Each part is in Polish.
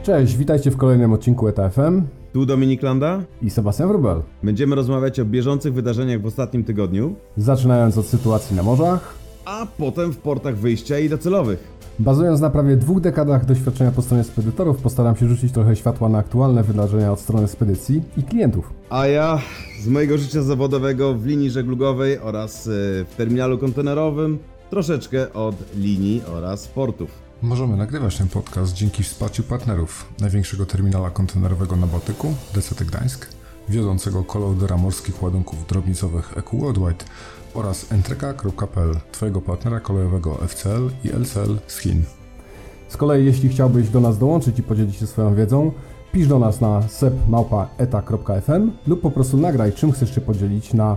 Cześć, witajcie w kolejnym odcinku ETA FM. Tu Dominik Landa I Sebastian Wróbel. Będziemy rozmawiać o bieżących wydarzeniach w ostatnim tygodniu, Zaczynając od sytuacji na morzach, a potem w portach wyjścia i docelowych. Bazując na prawie 2 dekadach doświadczenia po stronie spedytorów, postaram się rzucić trochę światła na aktualne wydarzenia od strony spedycji i klientów. A ja z mojego życia zawodowego w linii żeglugowej oraz w terminalu kontenerowym troszeczkę od linii oraz portów. Możemy nagrywać ten podcast dzięki wsparciu partnerów największego terminala kontenerowego na Bałtyku, DCT Gdańsk, wiodącego kolodera morskich ładunków drobnicowych EQ Worldwide oraz entreka.pl, Twojego partnera kolejowego FCL i LCL z Chin. Z kolei jeśli chciałbyś do nas dołączyć i podzielić się swoją wiedzą, pisz do nas na sep@eta.fm lub po prostu nagraj, czym chcesz się podzielić na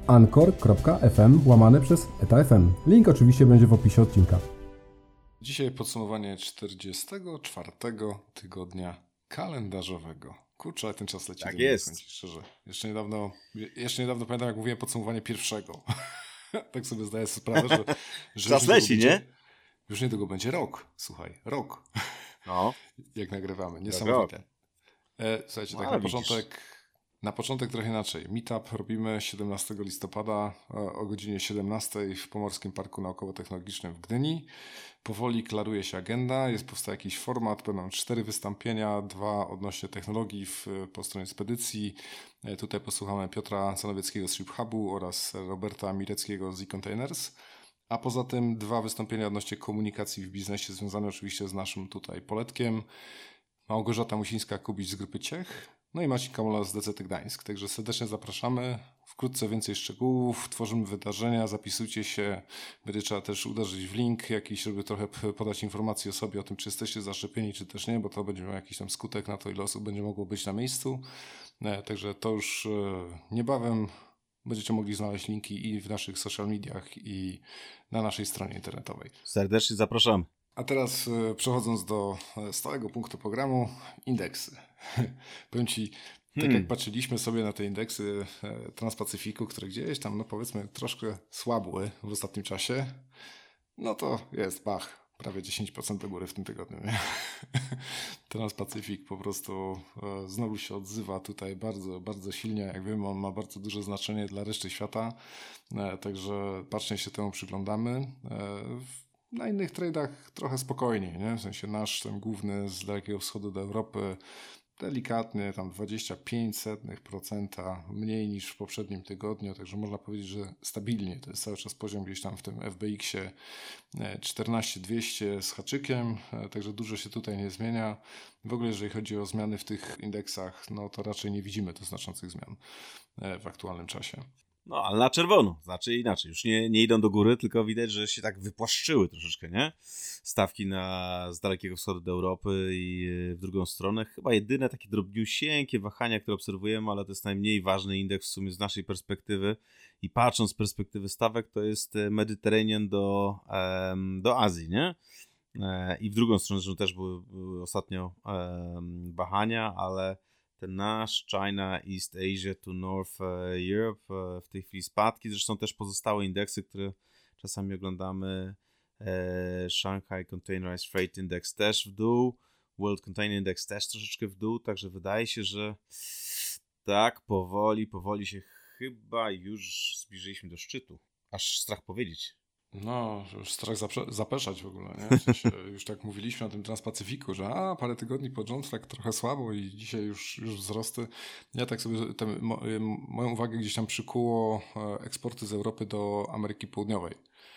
anchor.fm/etafm. Link oczywiście będzie w opisie odcinka. Dzisiaj podsumowanie 44 tygodnia kalendarzowego. Kurczę, ten czas leci. Tak jest. Kończy, szczerze. Jeszcze niedawno pamiętam, jak mówiłem podsumowanie pierwszego. Tak sobie zdaję sprawę, że czas leci, nie? Już niedługo będzie rok. Słuchaj, rok. No. Jak nagrywamy. Niesamowite. Słuchajcie, tak na początek trochę inaczej. Meetup robimy 17 listopada o godzinie 17 w Pomorskim Parku Naukowo-Technologicznym w Gdyni. Powoli klaruje się agenda, powstał jakiś format, będą 4 wystąpienia, 2 odnośnie technologii po stronie spedycji. Tutaj posłuchamy Piotra Sanowieckiego z Ship Hubu oraz Roberta Mireckiego z eContainers. A poza tym 2 wystąpienia odnośnie komunikacji w biznesie związane oczywiście z naszym tutaj poletkiem. Małgorzata Musińska-Kubić z grupy Ciech. No i Maciej Kamola z DCT Gdańsk. Także serdecznie zapraszamy. Wkrótce więcej szczegółów. Tworzymy wydarzenia. Zapisujcie się. Będzie trzeba też uderzyć w link jakiś, żeby trochę podać informacje o sobie, o tym, czy jesteście zaszczepieni, czy też nie, bo to będzie miał jakiś tam skutek na to, ile osób będzie mogło być na miejscu. Także to już niebawem będziecie mogli znaleźć linki i w naszych social mediach, i na naszej stronie internetowej. Serdecznie zapraszamy. A teraz przechodząc do stałego punktu programu, indeksy. Powiem Ci, tak jak patrzyliśmy sobie na te indeksy Transpacyfiku, które gdzieś tam, no powiedzmy, troszkę słabły w ostatnim czasie, no to jest bach, prawie 10% do góry w tym tygodniu, nie? Transpacyfik po prostu znowu się odzywa tutaj bardzo, bardzo silnie. Jak wiemy, on ma bardzo duże znaczenie dla reszty świata, także bacznie się temu przyglądamy. Na innych trade'ach trochę spokojniej, nie? W sensie nasz ten główny z Dalekiego Wschodu do Europy delikatnie tam 0,25% mniej niż w poprzednim tygodniu, także można powiedzieć, że stabilnie. To jest cały czas poziom gdzieś tam w tym FBX-ie 14200 z haczykiem, także dużo się tutaj nie zmienia. W ogóle jeżeli chodzi o zmiany w tych indeksach, no to raczej nie widzimy tu znaczących zmian w aktualnym czasie. No, ale na czerwono, znaczy inaczej. Już nie idą do góry, tylko widać, że się tak wypłaszczyły troszeczkę, nie? Stawki z Dalekiego Wschodu do Europy i w drugą stronę. Chyba jedyne takie drobniusieńkie wahania, które obserwujemy, ale to jest najmniej ważny indeks w sumie z naszej perspektywy. I patrząc z perspektywy stawek, to jest Mediterranean do Azji, nie? I w drugą stronę, że też były ostatnio wahania, ale ten nasz China, East Asia to North Europe w tej chwili spadki, zresztą też pozostałe indeksy, które czasami oglądamy, Shanghai Containerized Freight Index też w dół, World Container Index też troszeczkę w dół, także wydaje się, że tak powoli się chyba już zbliżyliśmy do szczytu, aż strach powiedzieć. No, już strach zapeszać w ogóle, nie? W sensie, już tak mówiliśmy o tym Transpacyfiku, że parę tygodni pod rząd tak trochę słabo i dzisiaj już wzrosty. Ja tak sobie moją uwagę gdzieś tam przykuło eksporty z Europy do Ameryki Południowej.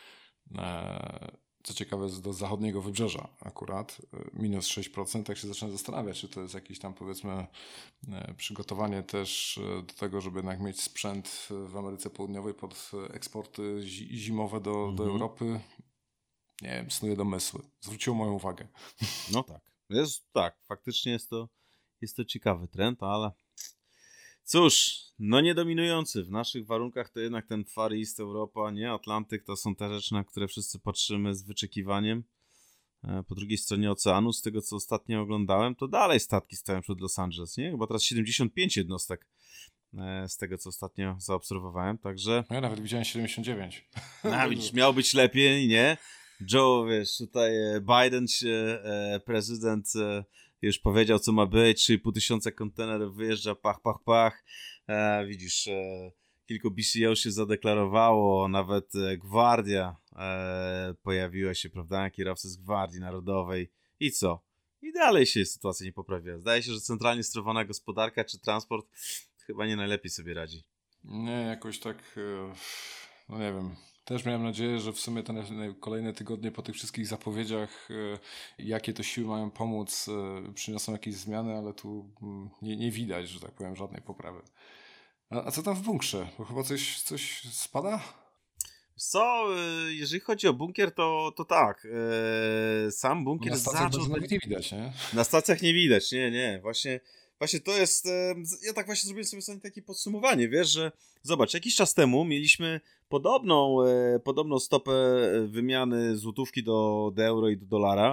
Co ciekawe, do zachodniego wybrzeża akurat, minus 6%, tak się zaczyna zastanawiać, czy to jest jakieś tam, powiedzmy, przygotowanie też do tego, żeby jednak mieć sprzęt w Ameryce Południowej pod eksporty zimowe do Europy. Nie wiem, snuję domysły. Zwróciło moją uwagę. No tak. Faktycznie jest to ciekawy trend, ale cóż, no nie dominujący. W naszych warunkach to jednak ten Far East, Europa, nie? Atlantyk to są te rzeczy, na które wszyscy patrzymy z wyczekiwaniem. Po drugiej stronie oceanu, z tego co ostatnio oglądałem, to dalej statki stoją przed Los Angeles, nie? Chyba teraz 75 jednostek z tego co ostatnio zaobserwowałem, także... Ja nawet widziałem 79. Widzisz, miało być lepiej, nie? Joe, wiesz, tutaj Biden się, prezydent już powiedział, co ma być, 3,5 tysiąca kontenerów wyjeżdża, pach. Widzisz, kilku BCO się zadeklarowało, nawet Gwardia pojawiła się, prawda, kierowcy z Gwardii Narodowej. I co? I dalej się sytuacja nie poprawia. Zdaje się, że centralnie sterowana gospodarka czy transport chyba nie najlepiej sobie radzi. Nie, jakoś tak, no nie wiem. Też miałem nadzieję, że w sumie te kolejne tygodnie po tych wszystkich zapowiedziach, jakie to siły mają pomóc, przyniosą jakieś zmiany, ale tu nie widać, że tak powiem, żadnej poprawy. A co tam w bunkrze? Bo chyba coś spada? Co, jeżeli chodzi o bunkier, to tak. Sam bunkier zaczął... nie widać, nie? Na stacjach nie widać, nie. Właśnie to jest... Ja tak właśnie zrobiłem sobie takie podsumowanie, wiesz, że zobacz, jakiś czas temu mieliśmy podobną stopę wymiany złotówki do euro i do dolara.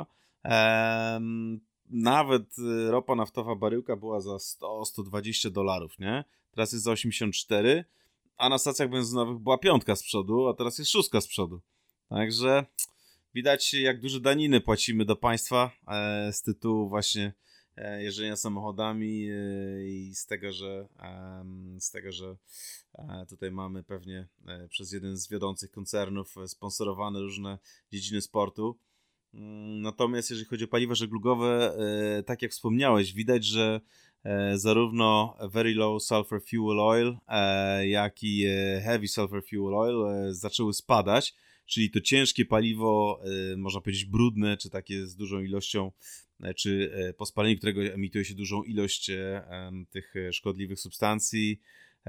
Nawet ropa naftowa baryłka była za $100-120, nie? Teraz jest za 84, a na stacjach benzynowych była 5 z przodu, a teraz jest 6 z przodu. Także widać, jak duże daniny płacimy do państwa z tytułu właśnie jeżdżenia samochodami i z tego, że tutaj mamy pewnie przez jeden z wiodących koncernów sponsorowane różne dziedziny sportu. Natomiast jeżeli chodzi o paliwa żeglugowe, tak jak wspomniałeś, widać, że zarówno Very Low Sulfur Fuel Oil, jak i Heavy Sulfur Fuel Oil zaczęły spadać, czyli to ciężkie paliwo, można powiedzieć brudne, czy takie z dużą ilością, czy po spaleniu którego emituje się dużą ilość tych szkodliwych substancji,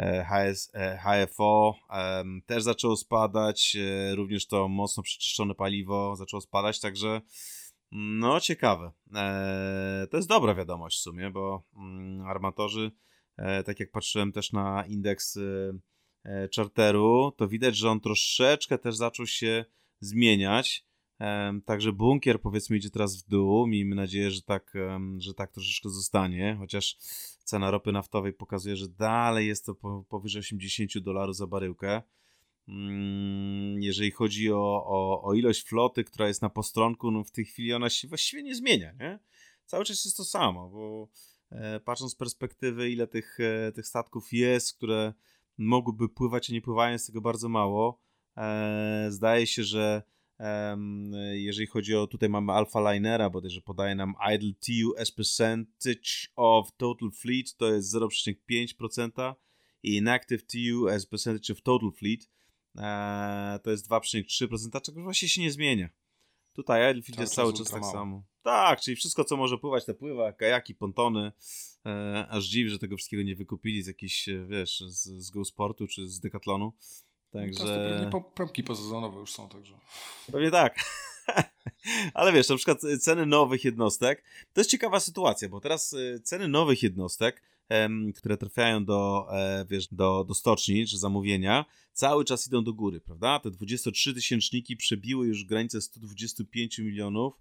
HFO też zaczęło spadać, również to mocno przeczyszczone paliwo zaczęło spadać, także no ciekawe. To jest dobra wiadomość w sumie, bo armatorzy, tak jak patrzyłem też na indeks charteru, to widać, że on troszeczkę też zaczął się zmieniać. Także bunkier powiedzmy idzie teraz w dół. Miejmy nadzieję, że tak troszeczkę zostanie, chociaż cena ropy naftowej pokazuje, że dalej jest to powyżej $80 za baryłkę. Jeżeli chodzi o ilość floty, która jest na postronku, no w tej chwili ona się właściwie nie zmienia, nie? Cały czas jest to samo, bo patrząc z perspektywy, ile tych statków jest, które mogłyby pływać, a nie pływają, jest tego bardzo mało. Zdaje się, że jeżeli chodzi o, tutaj mamy Alpha Linera, bodajże podaje nam idle TEU as percentage of total fleet, to jest 0,5% i inactive TEU as percentage of total fleet to jest 2,3%, czego właśnie się nie zmienia. Tutaj idle fleet jest cały czas tak samo. Tak, czyli wszystko, co może pływać, to pływa, kajaki, pontony, aż dziw, że tego wszystkiego nie wykupili z jakichś, wiesz, z Go Sportu czy z Decathlonu. Także... To pewnie promki posezonowe już są, także... Pewnie tak. Ale wiesz, na przykład ceny nowych jednostek, to jest ciekawa sytuacja, bo teraz ceny nowych jednostek, które trafiają do stoczni czy zamówienia, cały czas idą do góry, prawda? Te 23-tysięczniki przebiły już granicę 125 milionów,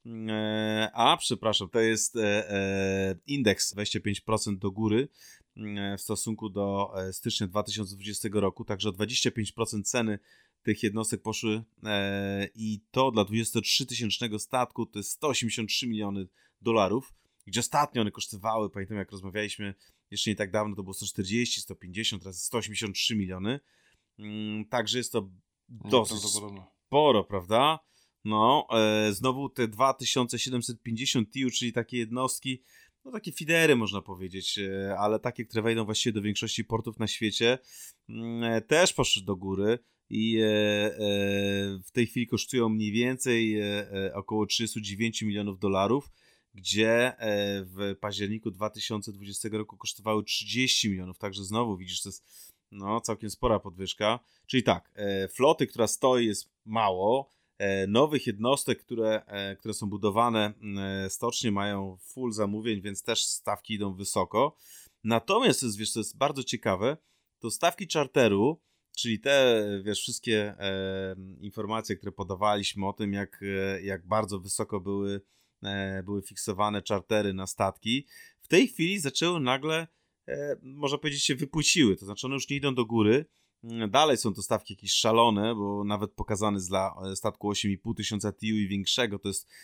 to jest indeks 25% do góry w stosunku do stycznia 2020 roku, także o 25% ceny tych jednostek poszły i to dla 23-tysięcznego statku to jest 183 miliony dolarów, gdzie ostatnio one kosztowały, pamiętam jak rozmawialiśmy jeszcze nie tak dawno, to było 140, 150, teraz jest 183 miliony, także jest to dosyć sporo, prawda? No, znowu te 2750 TEU, czyli takie jednostki, no takie fidery można powiedzieć, ale takie, które wejdą właściwie do większości portów na świecie, też poszły do góry i w tej chwili kosztują mniej więcej około 39 milionów dolarów, gdzie w październiku 2020 roku kosztowały 30 milionów, także znowu widzisz, to jest no, całkiem spora podwyżka, czyli tak, floty, która stoi jest mało, nowych jednostek, które są budowane stocznie mają full zamówień, więc też stawki idą wysoko. Natomiast co jest bardzo ciekawe, to stawki charteru, czyli te, wiesz, wszystkie informacje, które podawaliśmy o tym, jak bardzo wysoko były fiksowane chartery na statki, w tej chwili zaczęły nagle, można powiedzieć, się wypłyciły. To znaczy one już nie idą do góry, Dalej są to stawki jakieś szalone, bo nawet pokazany dla statku 8,5 tysiąca TEU i większego to jest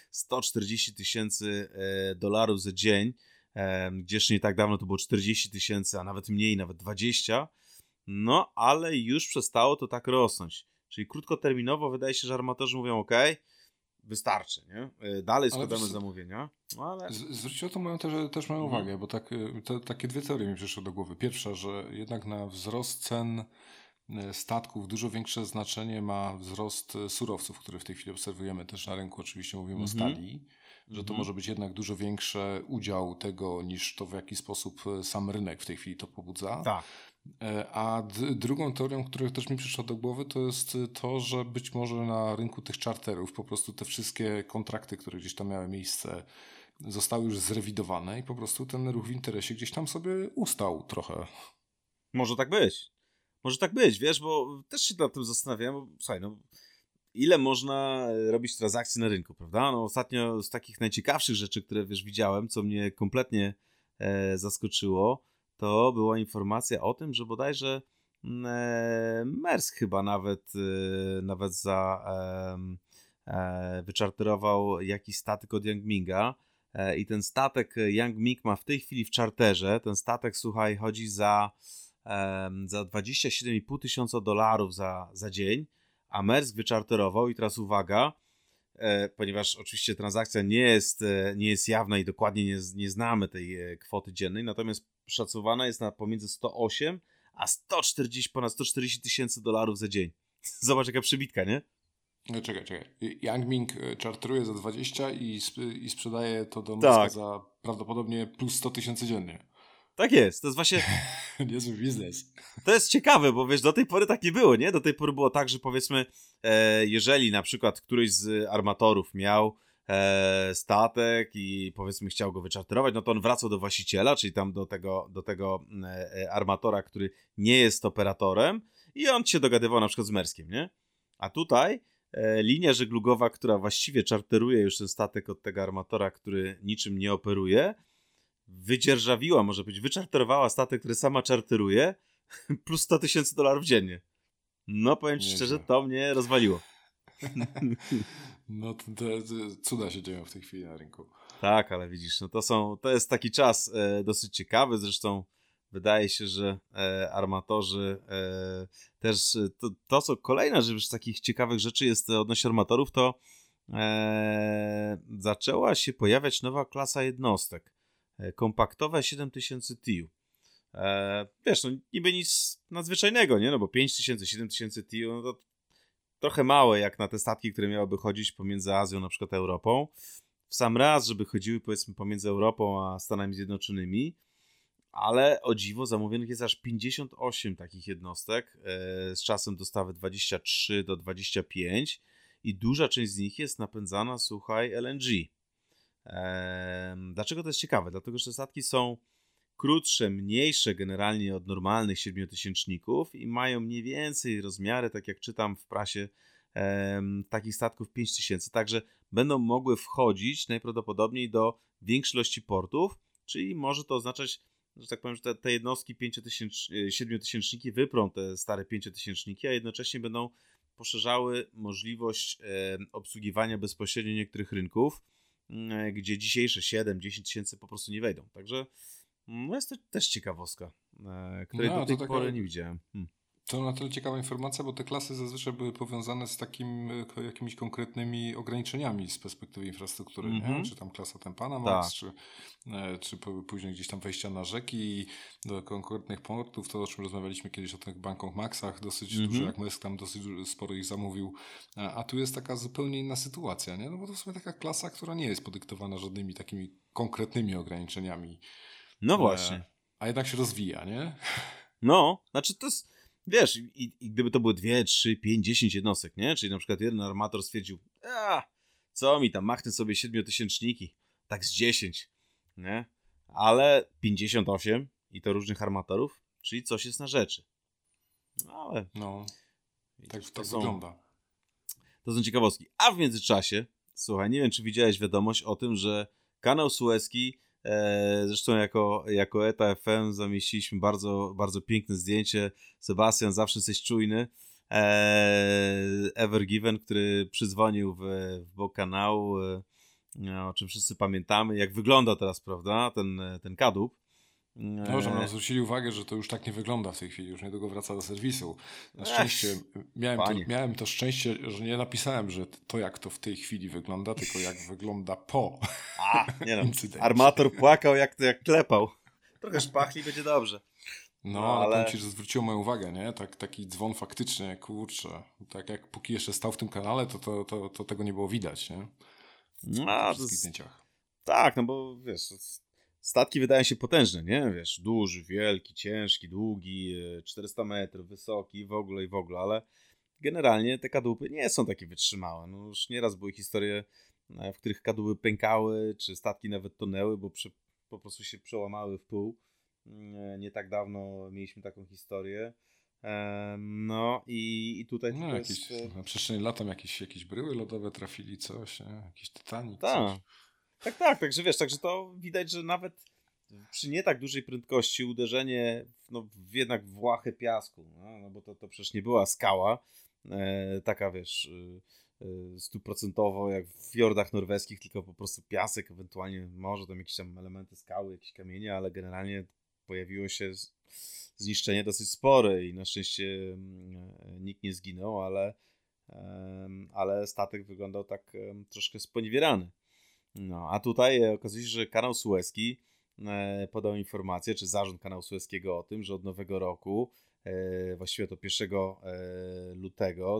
$140,000 za dzień, gdzież nie tak dawno to było 40,000, a nawet mniej, nawet 20. No, ale już przestało to tak rosnąć. Czyli krótkoterminowo wydaje się, że armatorzy mówią OK, wystarczy, nie? Dalej składamy zamówienia. No, ale... Zwróćcie o to też moją uwagę, bo takie dwie teorie mi przyszły do głowy. Pierwsza, że jednak na wzrost cen statków dużo większe znaczenie ma wzrost surowców, który w tej chwili obserwujemy też na rynku. Oczywiście mówimy o stali, że to może być jednak dużo większy udział tego niż to, w jaki sposób sam rynek w tej chwili to pobudza. Tak. A drugą teorią, która też mi przyszła do głowy, to jest to, że być może na rynku tych charterów po prostu te wszystkie kontrakty, które gdzieś tam miały miejsce, zostały już zrewidowane i po prostu ten ruch w interesie gdzieś tam sobie ustał trochę. Może tak być. Może tak być, wiesz, bo też się nad tym zastanawiam. Bo, słuchaj, no, ile można robić transakcji na rynku, prawda? No, ostatnio z takich najciekawszych rzeczy, które wiesz, widziałem, co mnie kompletnie zaskoczyło, to była informacja o tym, że bodajże Maersk chyba nawet wyczarterował jakiś statek od Yang Minga i ten statek Yang Ming ma w tej chwili w czarterze, ten statek, słuchaj, chodzi za $27,5 tysiąca za dzień, a Maersk wyczarterował i teraz uwaga, ponieważ oczywiście transakcja nie jest jawna i dokładnie nie znamy tej kwoty dziennej, natomiast szacowana jest na pomiędzy 108 a ponad $140,000 za dzień. Zobacz jaka przebitka, nie? Czekaj. Yang Ming czarteruje za 20 i sprzedaje to do Maerska za prawdopodobnie plus 100,000 dziennie. Tak jest, to jest właśnie... Niezły biznes. To jest ciekawe, bo wiesz, do tej pory tak nie było, nie? Do tej pory było tak, że powiedzmy, jeżeli na przykład któryś z armatorów miał statek i powiedzmy chciał go wyczarterować, no to on wracał do właściciela, czyli tam do tego armatora, który nie jest operatorem i on się dogadywał na przykład z Maerskiem, nie? A tutaj linia żeglugowa, która właściwie czarteruje już ten statek od tego armatora, który niczym nie operuje, wydzierżawiła, może być, wyczarterowała statek, który sama czarteruje, plus $100,000 dziennie. No powiem ci szczerze, to mnie rozwaliło. No te cuda się dzieją w tej chwili na rynku. Tak, ale widzisz, no to jest taki czas dosyć ciekawy, zresztą wydaje się, że armatorzy też, to co kolejna rzecz z takich ciekawych rzeczy jest odnośnie armatorów, to zaczęła się pojawiać nowa klasa jednostek. Kompaktowe 7000 TEU. Wiesz, no niby nic nadzwyczajnego, nie? No bo 5000, 7000 TEU, no to trochę małe jak na te statki, które miałyby chodzić pomiędzy Azją na przykład a Europą. W sam raz, żeby chodziły powiedzmy pomiędzy Europą a Stanami Zjednoczonymi, ale o dziwo zamówionych jest aż 58 takich jednostek, z czasem dostawy 23 do 25 i duża część z nich jest napędzana, słuchaj, LNG. Dlaczego to jest ciekawe? Dlatego, że te statki są krótsze, mniejsze generalnie od normalnych 7-tysięczników i mają mniej więcej rozmiary, tak jak czytam w prasie, takich statków 5000, także będą mogły wchodzić najprawdopodobniej do większej ilości portów, czyli może to oznaczać, że tak powiem, że te jednostki 7-tysięczniki wyprą te stare 5-tysięczniki, a jednocześnie będą poszerzały możliwość obsługiwania bezpośrednio niektórych rynków, gdzie dzisiejsze 7-10 tysięcy po prostu nie wejdą. Także no jest to też ciekawostka, której do tej pory nie widziałem. To na tyle ciekawa informacja, bo te klasy zazwyczaj były powiązane z jakimiś konkretnymi ograniczeniami z perspektywy infrastruktury, nie? Czy tam klasa Panamax, czy później gdzieś tam wejścia na rzeki do konkretnych portów, to o czym rozmawialiśmy kiedyś o tych Bangkok Maxach, dosyć duży, jak Maersk tam dosyć sporo ich zamówił, a tu jest taka zupełnie inna sytuacja, nie? No bo to w sumie taka klasa, która nie jest podyktowana żadnymi takimi konkretnymi ograniczeniami. No właśnie. A jednak się rozwija, nie? No, znaczy to jest, wiesz, i gdyby to były 2, 3, 5, 10 jednostek, nie? Czyli na przykład jeden armator stwierdził, co mi tam, machnę sobie 7-tysięczniki, tak z 10, nie? Ale 58 i to różnych armatorów, czyli coś jest na rzeczy. Ale... No, tak wygląda. To są ciekawostki. A w międzyczasie, słuchaj, nie wiem, czy widziałeś wiadomość o tym, że kanał Suezki Zresztą jako ETA FM zamieściliśmy bardzo, bardzo piękne zdjęcie. Sebastian, zawsze jesteś czujny. Ever Given, który przydzwonił w bok kanału, o czym wszyscy pamiętamy. Jak wygląda teraz, prawda, ten kadłub. No, że nam zwrócili uwagę, że to już tak nie wygląda w tej chwili, już niedługo wraca do serwisu. Na szczęście miałem to szczęście, że nie napisałem, że to jak to w tej chwili wygląda, tylko jak wygląda po incydencie. Armator płakał jak klepał. Trochę szpachli, będzie dobrze. No, ale powiem ci, że zwróciło moją uwagę, nie? Taki dzwon faktycznie, kurczę. Tak jak póki jeszcze stał w tym kanale, to tego nie było widać, nie? W wszystkich zdjęciach. Tak, no bo wiesz, statki wydają się potężne, nie? Wiesz, duży, wielki, ciężki, długi, 400 metrów, wysoki i w ogóle, ale generalnie te kadłuby nie są takie wytrzymałe. No już nieraz były historie, w których kadłuby pękały, czy statki nawet tonęły, bo po prostu się przełamały w pół. Nie tak dawno mieliśmy taką historię. No i tutaj... No, na przestrzeni latem jakieś bryły lodowe trafili, coś, nie? Jakiś Titanic, coś. Tak, także to widać, że nawet przy nie tak dużej prędkości uderzenie jednak w łachę piasku, no bo to przecież nie była skała, taka wiesz, 100% jak w fiordach norweskich, tylko po prostu piasek, ewentualnie może tam jakieś tam elementy skały, jakieś kamienie, ale generalnie pojawiło się zniszczenie dosyć spore i na szczęście nikt nie zginął, ale statek wyglądał tak troszkę sponiewierany. No, a tutaj okazuje się, że kanał Suezki podał informację, czy zarząd kanału Suezkiego o tym, że od nowego roku, właściwie to 1 lutego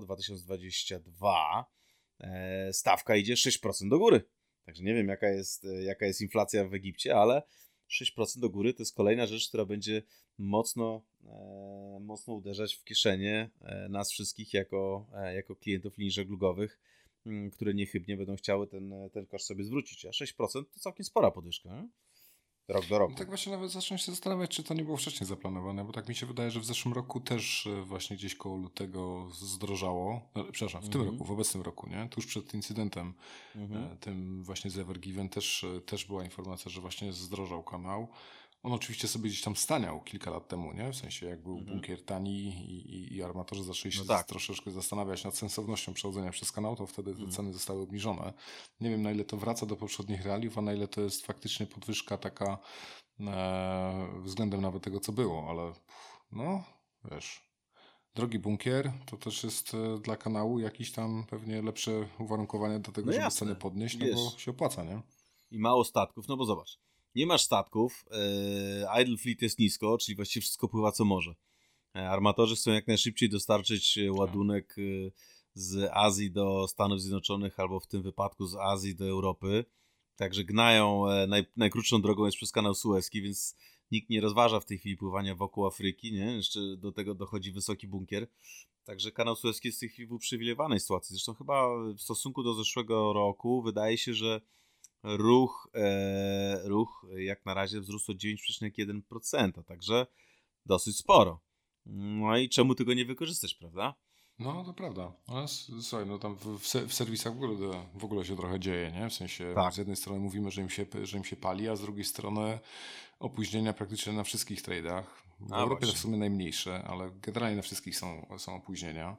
2022, stawka idzie 6% do góry. Także nie wiem, jaka jest inflacja w Egipcie, ale 6% do góry to jest kolejna rzecz, która będzie mocno uderzać w kieszenie nas wszystkich jako klientów linii żeglugowych, które niechybnie będą chciały ten koszt sobie zwrócić. A 6% to całkiem spora podwyżka, nie? Rok do roku. No tak właśnie nawet zacząłem się zastanawiać, czy to nie było wcześniej zaplanowane, bo tak mi się wydaje, że w zeszłym roku też właśnie gdzieś koło lutego zdrożało. Przepraszam, w tym roku, w obecnym roku, nie? Tuż przed incydentem tym właśnie z Ever Given też była informacja, że właśnie zdrożał kanał. On oczywiście sobie gdzieś tam staniał kilka lat temu, nie? W sensie jak był bunkier tani i armatorzy zaczęli się troszeczkę zastanawiać nad sensownością przechodzenia przez kanał, to wtedy te ceny zostały obniżone. Nie wiem, na ile to wraca do poprzednich realiów, a na ile to jest faktycznie podwyżka taka względem nawet tego, co było, ale no, wiesz, drogi bunkier to też jest dla kanału jakiś tam pewnie lepsze uwarunkowanie do tego, żeby ceny podnieść, no bo się opłaca, nie? I mało statków, no bo zobacz, nie masz statków, idle fleet jest nisko, czyli właściwie wszystko pływa co może. Armatorzy chcą jak najszybciej dostarczyć ładunek z Azji do Stanów Zjednoczonych, albo w tym wypadku z Azji do Europy. Także gnają, najkrótszą drogą jest przez kanał Suezki, więc nikt nie rozważa w tej chwili pływania wokół Afryki, nie? Jeszcze do tego dochodzi wysoki bunkier. Także kanał Suezki jest w tej chwili w uprzywilejowanej sytuacji. Zresztą chyba w stosunku do zeszłego roku wydaje się, że ruch jak na razie wzrósł o 9,1%, także dosyć sporo. No i czemu tego nie wykorzystać, prawda? No, to prawda. Ale słuchaj, no tam w serwisach w ogóle się trochę dzieje, nie? W sensie z jednej strony mówimy, że im się pali, a z drugiej strony opóźnienia praktycznie na wszystkich trade'ach. W Europie to w sumie najmniejsze, ale generalnie na wszystkich są opóźnienia.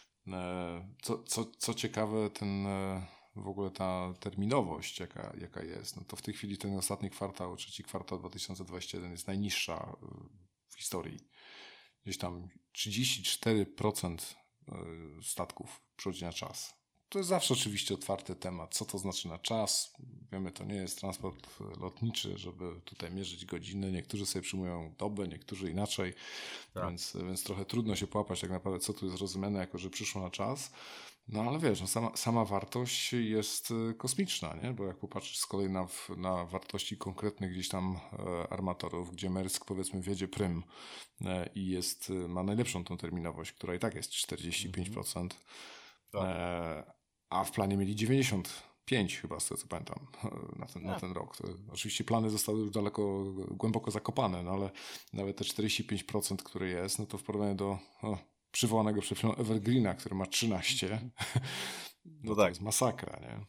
Co ciekawe, w ogóle ta terminowość, jaka jest, no to w tej chwili ten ostatni kwartał, trzeci kwartał 2021 jest najniższa w historii. Gdzieś tam 34% statków przychodzi na czas. To jest zawsze oczywiście otwarty temat. Co to znaczy na czas? Wiemy, to nie jest transport lotniczy, żeby tutaj mierzyć godziny. Niektórzy sobie przyjmują dobę, niektórzy inaczej. Tak. Więc trochę trudno się połapać tak naprawdę, co tu jest rozumiane, jako że przyszło na czas. No ale wiesz, no sama wartość jest kosmiczna, nie? Bo jak popatrzysz z kolei na wartości konkretnych gdzieś tam armatorów, gdzie Maersk powiedzmy wiedzie prym i ma najlepszą tą terminowość, która i tak jest 45%, a w planie mieli 95 chyba, z tego co pamiętam, na ten rok. Oczywiście plany zostały już głęboko zakopane, no ale nawet te 45%, które jest, no to w porównaniu do przywołanego przed chwilą Evergreena, który ma 13, no to jest masakra, nie?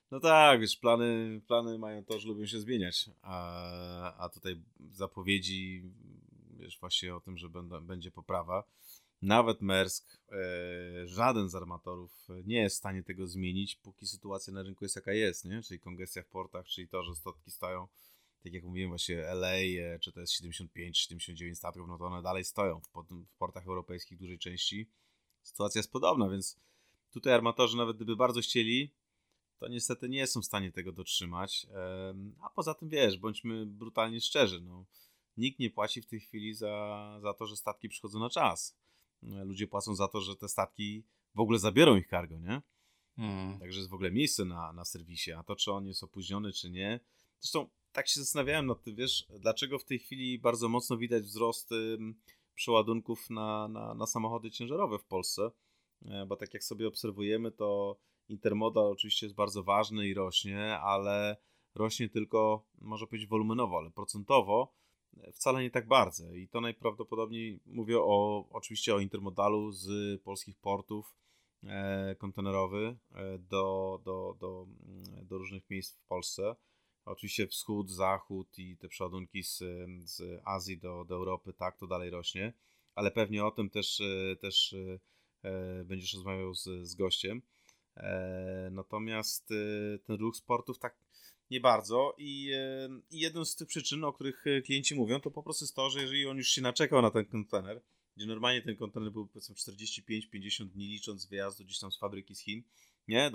No tak, wiesz, plany mają to, że lubią się zmieniać, a tutaj zapowiedzi, wiesz, właśnie o tym, że będzie poprawa. Nawet Maersk, żaden z armatorów nie jest w stanie tego zmienić, póki sytuacja na rynku jest jaka jest, nie? Czyli kongestia w portach, czyli to, że statki stoją, tak jak mówiłem, właśnie LA, czy to jest 75-79 statków, no to one dalej stoją w portach europejskich w dużej części. Sytuacja jest podobna, więc tutaj armatorzy, nawet gdyby bardzo chcieli, to niestety nie są w stanie tego dotrzymać. A poza tym, wiesz, bądźmy brutalnie szczerzy, no, nikt nie płaci w tej chwili za to, że statki przychodzą na czas. Ludzie płacą za to, że te statki w ogóle zabiorą ich cargo, nie? Także jest w ogóle miejsce na serwisie, a to, czy on jest opóźniony, czy nie. Zresztą tak się zastanawiałem nad tym, wiesz, dlaczego w tej chwili bardzo mocno widać wzrost przeładunków na samochody ciężarowe w Polsce, bo tak jak sobie obserwujemy, to intermodal oczywiście jest bardzo ważny i rośnie, ale rośnie tylko, można powiedzieć, wolumenowo, ale procentowo wcale nie tak bardzo. I to najprawdopodobniej mówię oczywiście o intermodalu z polskich portów kontenerowych do różnych miejsc w Polsce. Oczywiście wschód, zachód i te przeładunki z Azji do Europy, tak, to dalej rośnie, ale pewnie o tym też będziesz rozmawiał z gościem. Natomiast ten ruch sportów tak nie bardzo i jedną z tych przyczyn, o których klienci mówią, to po prostu jest to, że jeżeli on już się naczekał na ten kontener, gdzie normalnie ten kontener był powiedzmy 45-50 dni, licząc wyjazdu gdzieś tam z fabryki z Chin, nie,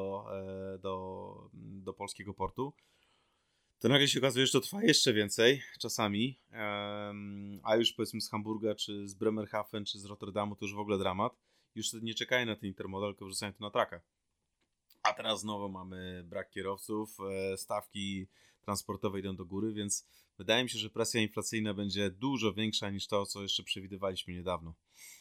do polskiego portu, to nagle się okazuje, że to trwa jeszcze więcej czasami, a już powiedzmy z Hamburga, czy z Bremerhaven, czy z Rotterdamu to już w ogóle dramat. Już nie czekają na ten intermodal, tylko wrzucają to na traka. A teraz znowu mamy brak kierowców, stawki transportowe idą do góry, więc wydaje mi się, że presja inflacyjna będzie dużo większa niż to, co jeszcze przewidywaliśmy niedawno.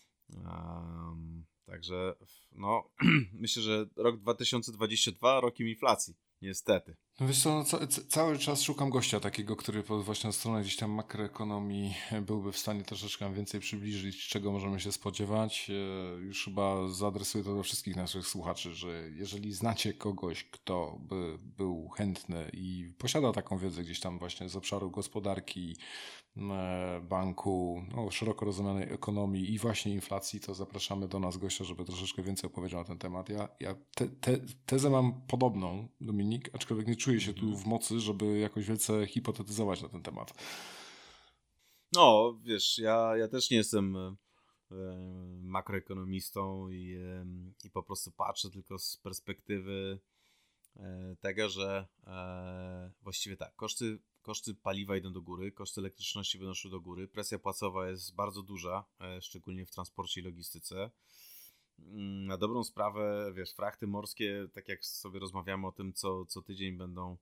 Także no, myślę, że rok 2022 rokiem inflacji, niestety. No wiesz co, cały czas szukam gościa takiego, który właśnie od strony gdzieś tam makroekonomii byłby w stanie troszeczkę więcej przybliżyć, czego możemy się spodziewać. Już chyba zaadresuję to do wszystkich naszych słuchaczy, że jeżeli znacie kogoś, kto by był chętny i posiada taką wiedzę gdzieś tam właśnie z obszaru gospodarki, banku, no, szeroko rozumianej ekonomii i właśnie inflacji, to zapraszamy do nas gościa, żeby troszeczkę więcej opowiedział na ten temat. Ja tezę mam podobną, Dominik, aczkolwiek nie czuję się tu w mocy, żeby jakoś wielce hipotetyzować na ten temat. No, wiesz, ja też nie jestem makroekonomistą i po prostu patrzę tylko z perspektywy tego, że właściwie tak, koszty paliwa idą do góry, koszty elektryczności będą szły do góry, presja płacowa jest bardzo duża, szczególnie w transporcie i logistyce. Na dobrą sprawę, wiesz, frachty morskie, tak jak sobie rozmawiamy o tym, co tydzień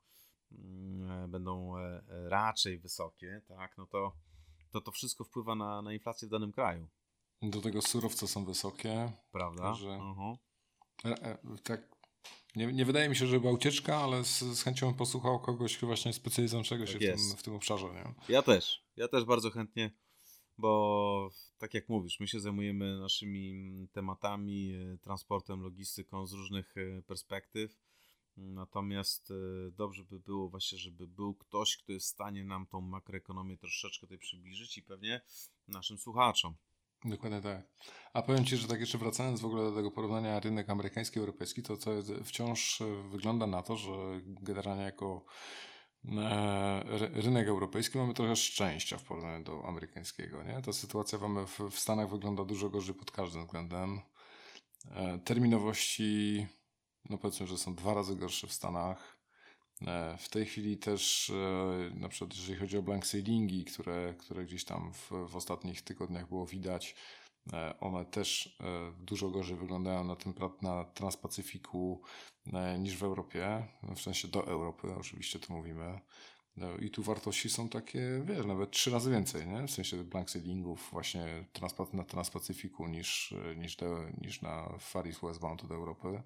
będą raczej wysokie, tak, no to wszystko wpływa na inflację w danym kraju. Do tego surowce są wysokie. Prawda? Także, tak. Nie wydaje mi się, że była ucieczka, ale z chęcią bym posłuchał kogoś właśnie specjalizującego się w tym obszarze. Nie? Ja też bardzo chętnie, bo tak jak mówisz, my się zajmujemy naszymi tematami, transportem, logistyką z różnych perspektyw, natomiast dobrze by było właśnie, żeby był ktoś, kto jest w stanie nam tą makroekonomię troszeczkę tutaj przybliżyć i pewnie naszym słuchaczom. Dokładnie tak. A powiem Ci, że tak jeszcze wracając w ogóle do tego porównania rynek amerykański, europejski, to wciąż wygląda na to, że generalnie jako rynek europejski mamy trochę szczęścia w porównaniu do amerykańskiego. Nie? Ta sytuacja w Stanach wygląda dużo gorzej pod każdym względem. Terminowości, no powiedzmy, że są 2 razy gorsze w Stanach. W tej chwili też, na przykład jeżeli chodzi o blank sailingi, które gdzieś tam w ostatnich tygodniach było widać, one też dużo gorzej wyglądają na Transpacyfiku niż w Europie, w sensie do Europy oczywiście tu mówimy. I tu wartości są takie, wiesz, nawet 3 razy więcej, nie? W sensie blank sailingów właśnie na Transpacyfiku niż na Far East Westbound do Europy.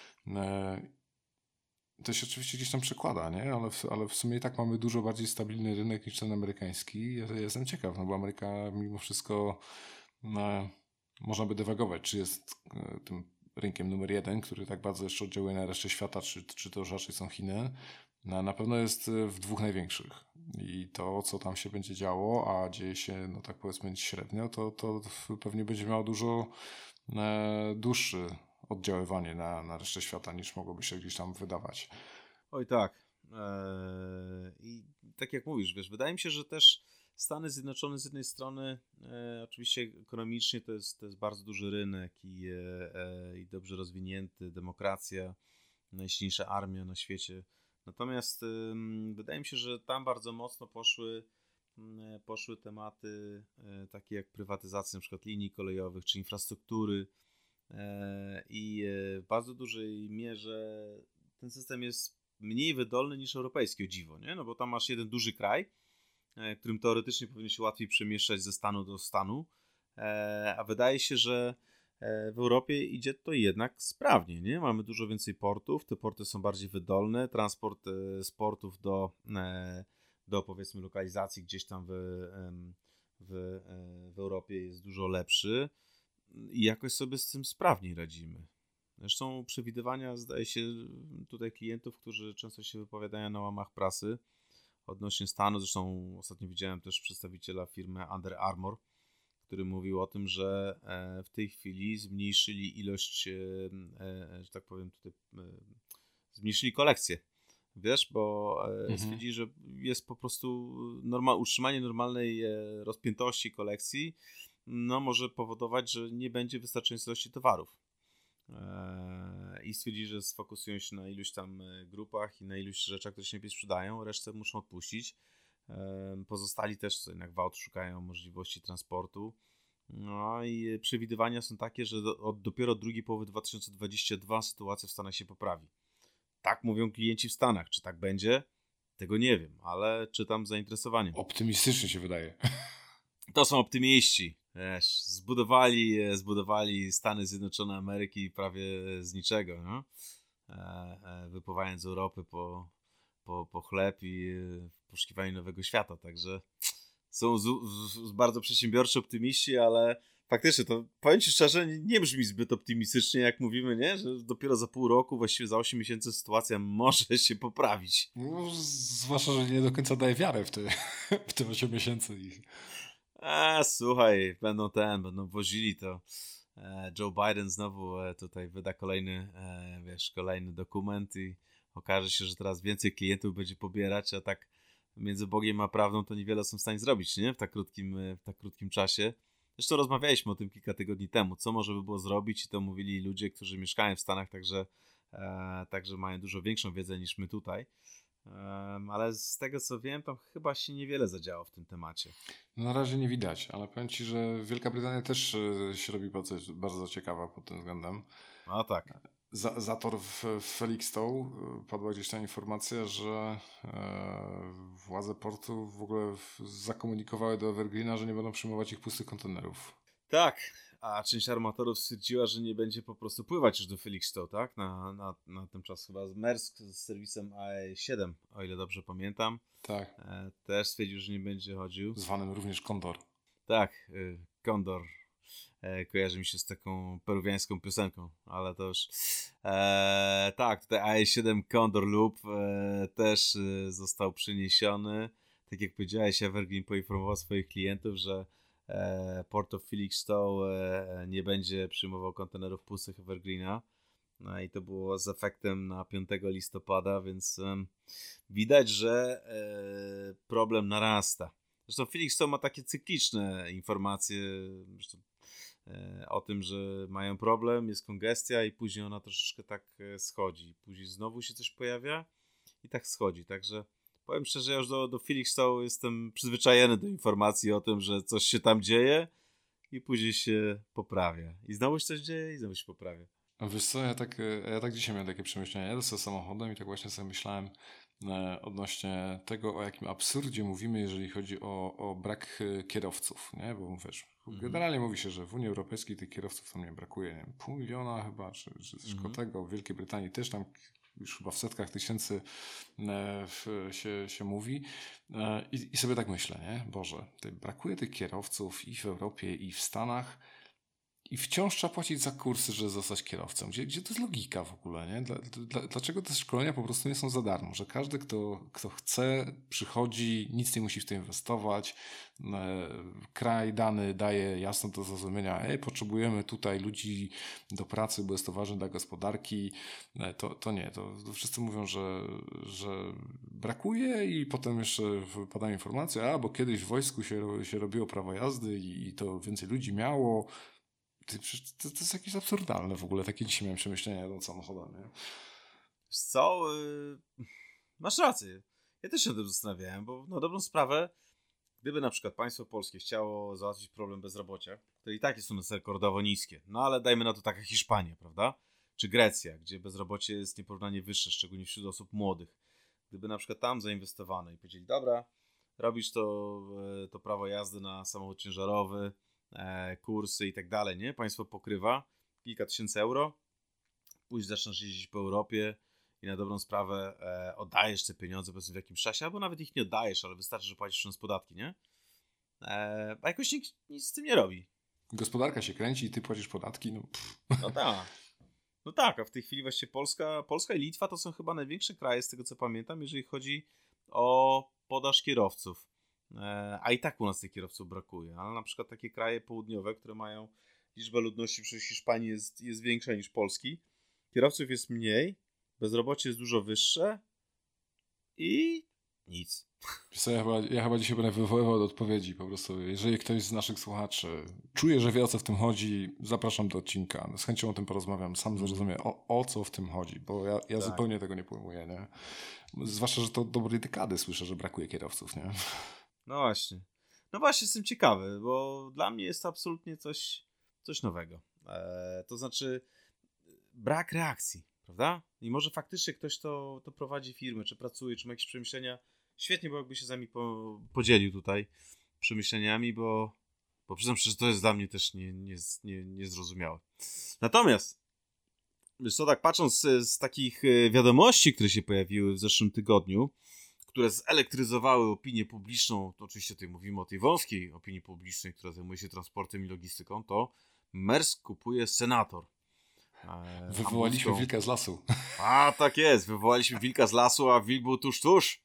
To się oczywiście gdzieś tam przekłada, nie? Ale w sumie i tak mamy dużo bardziej stabilny rynek niż ten amerykański. Ja jestem ciekaw, no bo Ameryka mimo wszystko można by dywagować, czy jest tym rynkiem numer 1, który tak bardzo jeszcze oddziałuje na resztę świata, czy to już raczej są Chiny, na pewno jest w 2 największych. I to, co tam się będzie działo, a dzieje się, no tak powiedzmy średnio, to pewnie będzie miało dużo dłuższe oddziaływanie na resztę świata, niż mogłoby się gdzieś tam wydawać. Oj tak. I tak jak mówisz, wiesz, wydaje mi się, że też Stany Zjednoczone z jednej strony oczywiście ekonomicznie to jest bardzo duży rynek i dobrze rozwinięty, demokracja, najsilniejsza armia na świecie. Natomiast wydaje mi się, że tam bardzo mocno poszły tematy takie jak prywatyzacja na przykład linii kolejowych czy infrastruktury i w bardzo dużej mierze ten system jest mniej wydolny niż europejski, o dziwo, nie? No bo tam masz jeden duży kraj, którym teoretycznie powinno się łatwiej przemieszczać ze stanu do stanu, a wydaje się, że w Europie idzie to jednak sprawnie, nie? Mamy dużo więcej portów, te porty są bardziej wydolne, transport z portów do powiedzmy lokalizacji gdzieś tam w Europie jest dużo lepszy i jakoś sobie z tym sprawniej radzimy. Zresztą przewidywania, zdaje się, tutaj klientów, którzy często się wypowiadają na łamach prasy odnośnie stanu. Zresztą ostatnio widziałem też przedstawiciela firmy Under Armour, który mówił o tym, że w tej chwili zmniejszyli ilość, że tak powiem tutaj, zmniejszyli kolekcję. Wiesz, bo stwierdzili, że jest po prostu utrzymanie normalnej rozpiętości kolekcji, no może powodować, że nie będzie wystarczającej ilości towarów. I stwierdzili, że sfokusują się na iluś tam grupach i na iluś rzeczach, które się lepiej sprzedają, resztę muszą odpuścić. Pozostali też co jednak gwałt szukają możliwości transportu. No i przewidywania są takie, że dopiero drugiej połowy 2022 sytuacja w Stanach się poprawi. Tak mówią klienci w Stanach. Czy tak będzie? Tego nie wiem, ale czytam z zainteresowaniem. Optymistycznie się wydaje. To są optymiści. Wiesz, zbudowali Stany Zjednoczone Ameryki prawie z niczego, no? Wypływając z Europy po chleb i w poszukiwaniu nowego świata, także są bardzo przedsiębiorczy optymiści, ale faktycznie to, powiem Ci szczerze, nie brzmi zbyt optymistycznie, jak mówimy, nie? Że dopiero za pół roku, właściwie za 8 miesięcy sytuacja może się poprawić. No, zwłaszcza, że nie do końca daje wiarę w te 8 miesięcy. Słuchaj, będą wozili to. Joe Biden znowu tutaj wyda kolejny dokument i okaże się, że teraz więcej klientów będzie pobierać, a tak między Bogiem a prawdą to niewiele są w stanie zrobić, nie? W tak krótkim czasie. Zresztą rozmawialiśmy o tym kilka tygodni temu, co może by było zrobić i to mówili ludzie, którzy mieszkają w Stanach, także mają dużo większą wiedzę niż my tutaj. Ale z tego co wiem, tam chyba się niewiele zadziało w tym temacie. No na razie nie widać, ale powiem Ci, że Wielka Brytania też się robi bardzo ciekawa pod tym względem. No tak. Zator w Felixstowe padła gdzieś ta informacja, że władze portu w ogóle zakomunikowały do Evergreena, że nie będą przyjmować ich pustych kontenerów. Tak, a część armatorów stwierdziła, że nie będzie po prostu pływać już do Felixstowe, tak? Na ten czas chyba Maersk z serwisem AE7, o ile dobrze pamiętam. Tak. Też stwierdził, że nie będzie chodził. Zwanym również Condor. Tak, Condor. Kojarzy mi się z taką peruwiańską piosenką, ale to już tak, tutaj AE7 Condor Loop też został przyniesiony. Tak jak powiedziałeś, Evergreen poinformował swoich klientów, że Port of Felixstowe nie będzie przyjmował kontenerów pustych Evergreena. No i to było z efektem na 5 listopada, więc widać, że problem narasta. Zresztą Felixstowe ma takie cykliczne informacje o tym, że mają problem, jest kongestia i później ona troszeczkę tak schodzi. Później znowu się coś pojawia i tak schodzi. Także powiem szczerze, ja już do Felixstowe jestem przyzwyczajony do informacji o tym, że coś się tam dzieje i później się poprawia. I znowu się coś dzieje i znowu się poprawia. A wiesz co, ja tak dzisiaj miałem takie przemyślenia. Jadę sobie samochodem i tak właśnie sobie myślałem odnośnie tego, o jakim absurdzie mówimy, jeżeli chodzi o brak kierowców, nie? Bo wiesz, generalnie mówi się, że w Unii Europejskiej tych kierowców tam nie brakuje, nie wiem, 500 000 chyba, czy coś koło tego. W Wielkiej Brytanii też tam już chyba w setkach tysięcy się mówi. I sobie tak myślę, nie? Boże, brakuje tych kierowców i w Europie, i w Stanach. I wciąż trzeba płacić za kursy, żeby zostać kierowcą. Gdzie to jest logika w ogóle, nie? Dlaczego te szkolenia po prostu nie są za darmo? Że każdy, kto chce, przychodzi, nic nie musi w to inwestować. Kraj dany daje jasno do zrozumienia, potrzebujemy tutaj ludzi do pracy, bo jest to ważne dla gospodarki. To nie. To wszyscy mówią, że brakuje i potem jeszcze padają informacje, bo kiedyś w wojsku się robiło prawo jazdy i to więcej ludzi miało. To jest jakieś absurdalne w ogóle. Takie dzisiaj miałem przemyślenia jadąc samochodem, nie? Wiesz co? Masz rację. Ja też się o tym zastanawiałem, bo na dobrą sprawę, gdyby na przykład państwo polskie chciało załatwić problem bezrobocia, które i tak jest u nas rekordowo niskie, no ale dajmy na to taka Hiszpania, prawda? Czy Grecja, gdzie bezrobocie jest nieporównanie wyższe, szczególnie wśród osób młodych. Gdyby na przykład tam zainwestowano i powiedzieli, dobra, robisz to prawo jazdy na samochód ciężarowy, kursy i tak dalej, nie? Państwo pokrywa kilka tysięcy euro, później zaczynasz jeździć po Europie i na dobrą sprawę oddajesz te pieniądze powiedzmy w jakimś czasie, albo nawet ich nie oddajesz, ale wystarczy, że płacisz z podatki, nie? A jakoś nikt nic z tym nie robi. Gospodarka się kręci i ty płacisz podatki, No tak. No tak, a w tej chwili właśnie Polska i Litwa to są chyba największe kraje, z tego co pamiętam, jeżeli chodzi o podaż kierowców. A i tak u nas tych kierowców brakuje, ale na przykład takie kraje południowe, które mają liczbę ludności, przecież Hiszpanii jest większa niż Polski, kierowców jest mniej, bezrobocie jest dużo wyższe i nic. Wiesz co, ja chyba dzisiaj będę wywoływał do odpowiedzi po prostu. Jeżeli ktoś z naszych słuchaczy czuje, że wie, o co w tym chodzi, zapraszam do odcinka. Z chęcią o tym porozmawiam. Sam zrozumiem, o co w tym chodzi, bo ja tak. Zupełnie tego nie pojmuję, nie? Zwłaszcza, że to od dobrej dekady słyszę, że brakuje kierowców, nie? No właśnie jestem ciekawy, bo dla mnie jest to absolutnie coś nowego. To znaczy brak reakcji, prawda? I może faktycznie ktoś to prowadzi firmę, czy pracuje, czy ma jakieś przemyślenia. Świetnie, bo jakby się z nami podzielił tutaj przemyśleniami, bo przyznam szczerze, że to jest dla mnie też niezrozumiałe. Natomiast, wiesz co, tak patrząc z takich wiadomości, które się pojawiły w zeszłym tygodniu, które zelektryzowały opinię publiczną, to oczywiście tutaj mówimy o tej wąskiej opinii publicznej, która zajmuje się transportem i logistyką, to Maersk kupuje Senator. Wywołaliśmy wilka z lasu. A tak jest, wywołaliśmy wilka z lasu, a wilk był tuż.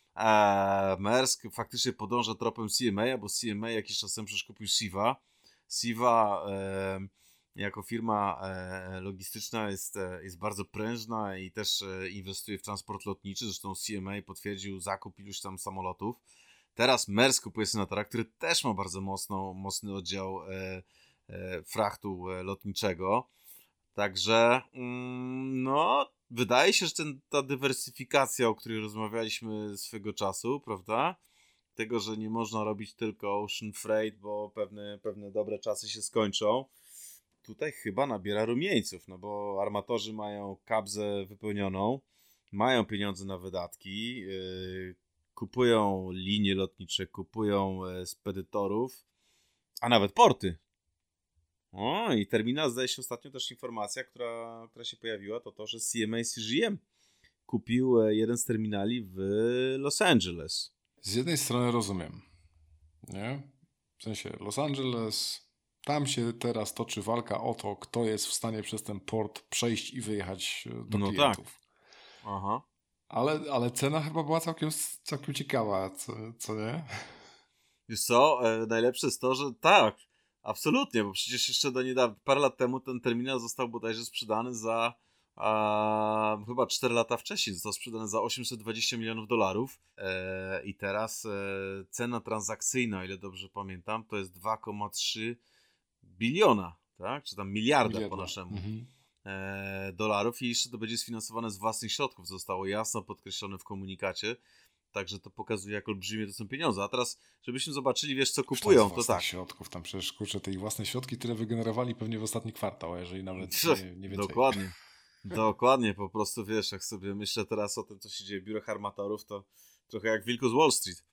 Maersk faktycznie podąża tropem CMA, bo CMA jakiś czas temu przecież kupił Siva. Siva jako firma logistyczna jest bardzo prężna i też inwestuje w transport lotniczy. Zresztą CMA potwierdził zakup iluś tam samolotów. Teraz Maersk kupuje Senatora, który też ma bardzo mocny oddział frachtu lotniczego. Także wydaje się, że ta dywersyfikacja, o której rozmawialiśmy swego czasu, prawda? Tego, że nie można robić tylko ocean freight, bo pewne dobre czasy się skończą. Tutaj chyba nabiera rumieńców, no bo armatorzy mają kabzę wypełnioną, mają pieniądze na wydatki, kupują linie lotnicze, kupują spedytorów, a nawet porty. I terminal, zdaje się ostatnio też informacja, która się pojawiła, to, że CMA CGM kupił jeden z terminali w Los Angeles. Z jednej strony rozumiem, nie? W sensie Los Angeles, tam się teraz toczy walka o to, kto jest w stanie przez ten port przejść i wyjechać do klientów. Tak. Aha. Ale cena chyba była całkiem ciekawa, co nie? Wiesz co, najlepsze jest to, że tak, absolutnie, bo przecież jeszcze do niedawna, parę lat temu ten terminal został bodajże sprzedany za chyba 4 lata wcześniej został sprzedany za $820 milionów i teraz cena transakcyjna, o ile dobrze pamiętam, to jest 2,3 biliona, tak? Czy tam miliarda po naszemu dolarów i jeszcze to będzie sfinansowane z własnych środków, zostało jasno podkreślone w komunikacie. Także to pokazuje, jak olbrzymie to są pieniądze. A teraz, żebyśmy zobaczyli, wiesz, co kupują, to tak. Środków, tam przecież, te ich własne środki, które wygenerowali pewnie w ostatni kwartał, a jeżeli nawet nie więcej. Dokładnie, po prostu, wiesz, jak sobie myślę teraz o tym, co się dzieje w biurach armatorów, to trochę jak wilku z Wall Street.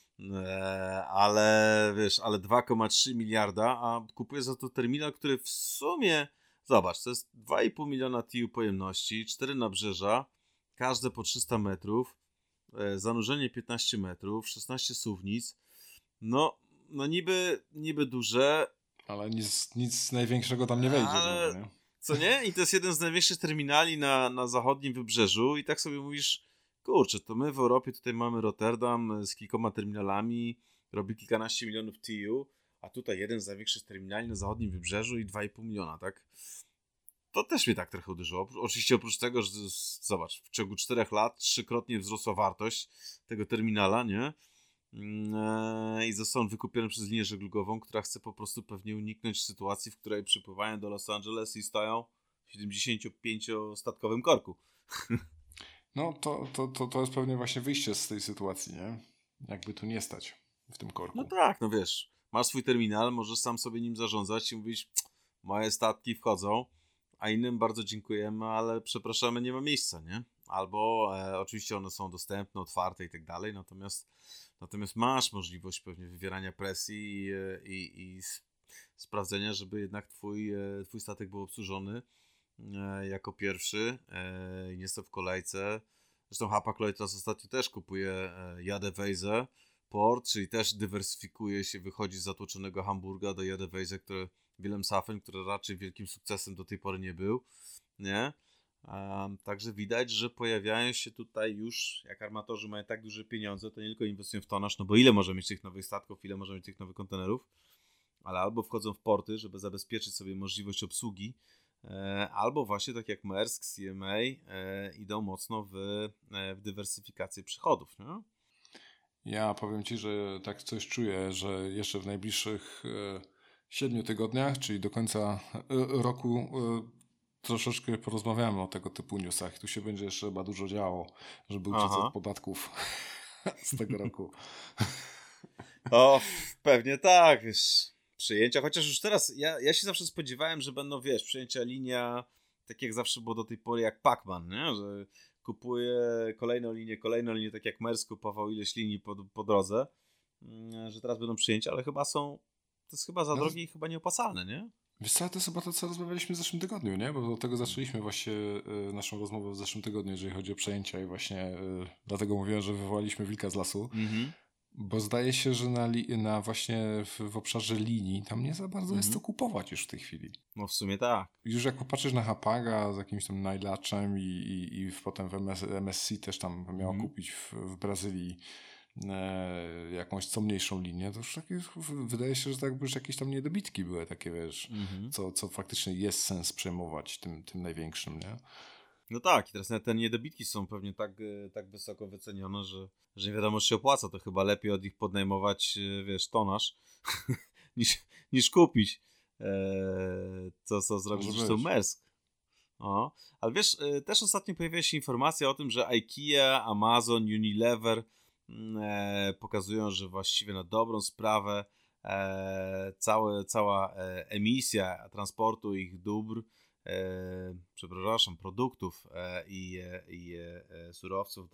Ale 2,3 miliarda, a kupuje za to terminal, który w sumie, zobacz, to jest 2,5 miliona TEU pojemności, 4 nabrzeża, każde po 300 metrów, zanurzenie 15 metrów, 16 suwnic, no niby duże. Ale nic największego tam nie wejdzie. Ale... Znowu, nie? Co nie? I to jest jeden z największych terminali na zachodnim wybrzeżu i tak sobie mówisz, kurczę, to my w Europie tutaj mamy Rotterdam z kilkoma terminalami, robi kilkanaście milionów TEU, a tutaj jeden z największych terminali na zachodnim wybrzeżu i 2,5 miliona, tak? To też mnie tak trochę uderzyło. Oczywiście oprócz tego, że zobacz, w ciągu 4 lat 3-krotnie wzrosła wartość tego terminala, nie? I został on wykupiony przez linię żeglugową, która chce po prostu pewnie uniknąć sytuacji, w której przypływają do Los Angeles i stoją w 75-statkowym korku. No to jest pewnie właśnie wyjście z tej sytuacji, nie? Jakby tu nie stać w tym korku. No tak, no wiesz, masz swój terminal, możesz sam sobie nim zarządzać i mówić, moje statki wchodzą, a innym bardzo dziękujemy, ale przepraszamy, nie ma miejsca, nie? Albo oczywiście one są dostępne, otwarte i tak dalej, natomiast masz możliwość pewnie wywierania presji i sprawdzenia, żeby jednak twój statek był obsłużony jako pierwszy i nie stał w kolejce. Zresztą Hapag-Lloyd teraz ostatnio też kupuje Jadeweise Port, czyli też dywersyfikuje się, wychodzi z zatłoczonego Hamburga do Jadeweise, które Wilhelmshaven, który raczej wielkim sukcesem do tej pory nie był, nie? Także widać, że pojawiają się tutaj już, jak armatorzy mają tak duże pieniądze, to nie tylko inwestują w tonaż, no bo ile może mieć tych nowych statków, ile może mieć tych nowych kontenerów, ale albo wchodzą w porty, żeby zabezpieczyć sobie możliwość obsługi, albo właśnie tak jak Maersk, CMA idą mocno w dywersyfikację przychodów, nie? Ja powiem Ci, że tak coś czuję, że jeszcze w najbliższych 7 tygodniach, czyli do końca roku, troszeczkę porozmawiamy o tego typu newsach. Tu się będzie jeszcze chyba dużo działo, żeby uciec od podatków z tego roku. O, pewnie tak, wiesz, przyjęcia, chociaż już teraz, ja się zawsze spodziewałem, że będą, wiesz, przyjęcia linia, tak jak zawsze było do tej pory, jak Pacman, nie? Że kupuje kolejną linię, tak jak Maersk kupował ileś linii po drodze, że teraz będą przyjęcia, ale chyba to jest chyba za drogie i chyba nieopłacalne, nie? Wiesz co, to jest chyba to, co rozmawialiśmy w zeszłym tygodniu, nie? Bo do tego zaczęliśmy właśnie naszą rozmowę w zeszłym tygodniu, jeżeli chodzi o przejęcia i właśnie dlatego mówiłem, że wywołaliśmy wilka z lasu. Bo zdaje się, że na właśnie w obszarze linii tam nie za bardzo jest co kupować już w tej chwili. No w sumie tak. Już jak popatrzysz na Hapaga z jakimś tam Najlaczem i potem w MSC też tam miało kupić w Brazylii jakąś co mniejszą linię, to już takie, wydaje się, że tak już jakieś tam niedobitki były takie, wiesz, co faktycznie jest sens przejmować tym największym, nie? No tak, i teraz nawet te niedobitki są pewnie tak wysoko wycenione, że nie wiadomo, czy się opłaca. To chyba lepiej od nich podnajmować, wiesz, tonaż, niż kupić. Co zrobić zresztą Maersk. Ale wiesz, też ostatnio pojawiła się informacja o tym, że IKEA, Amazon, Unilever pokazują, że właściwie na dobrą sprawę cała emisja transportu ich dóbr, produktów i surowców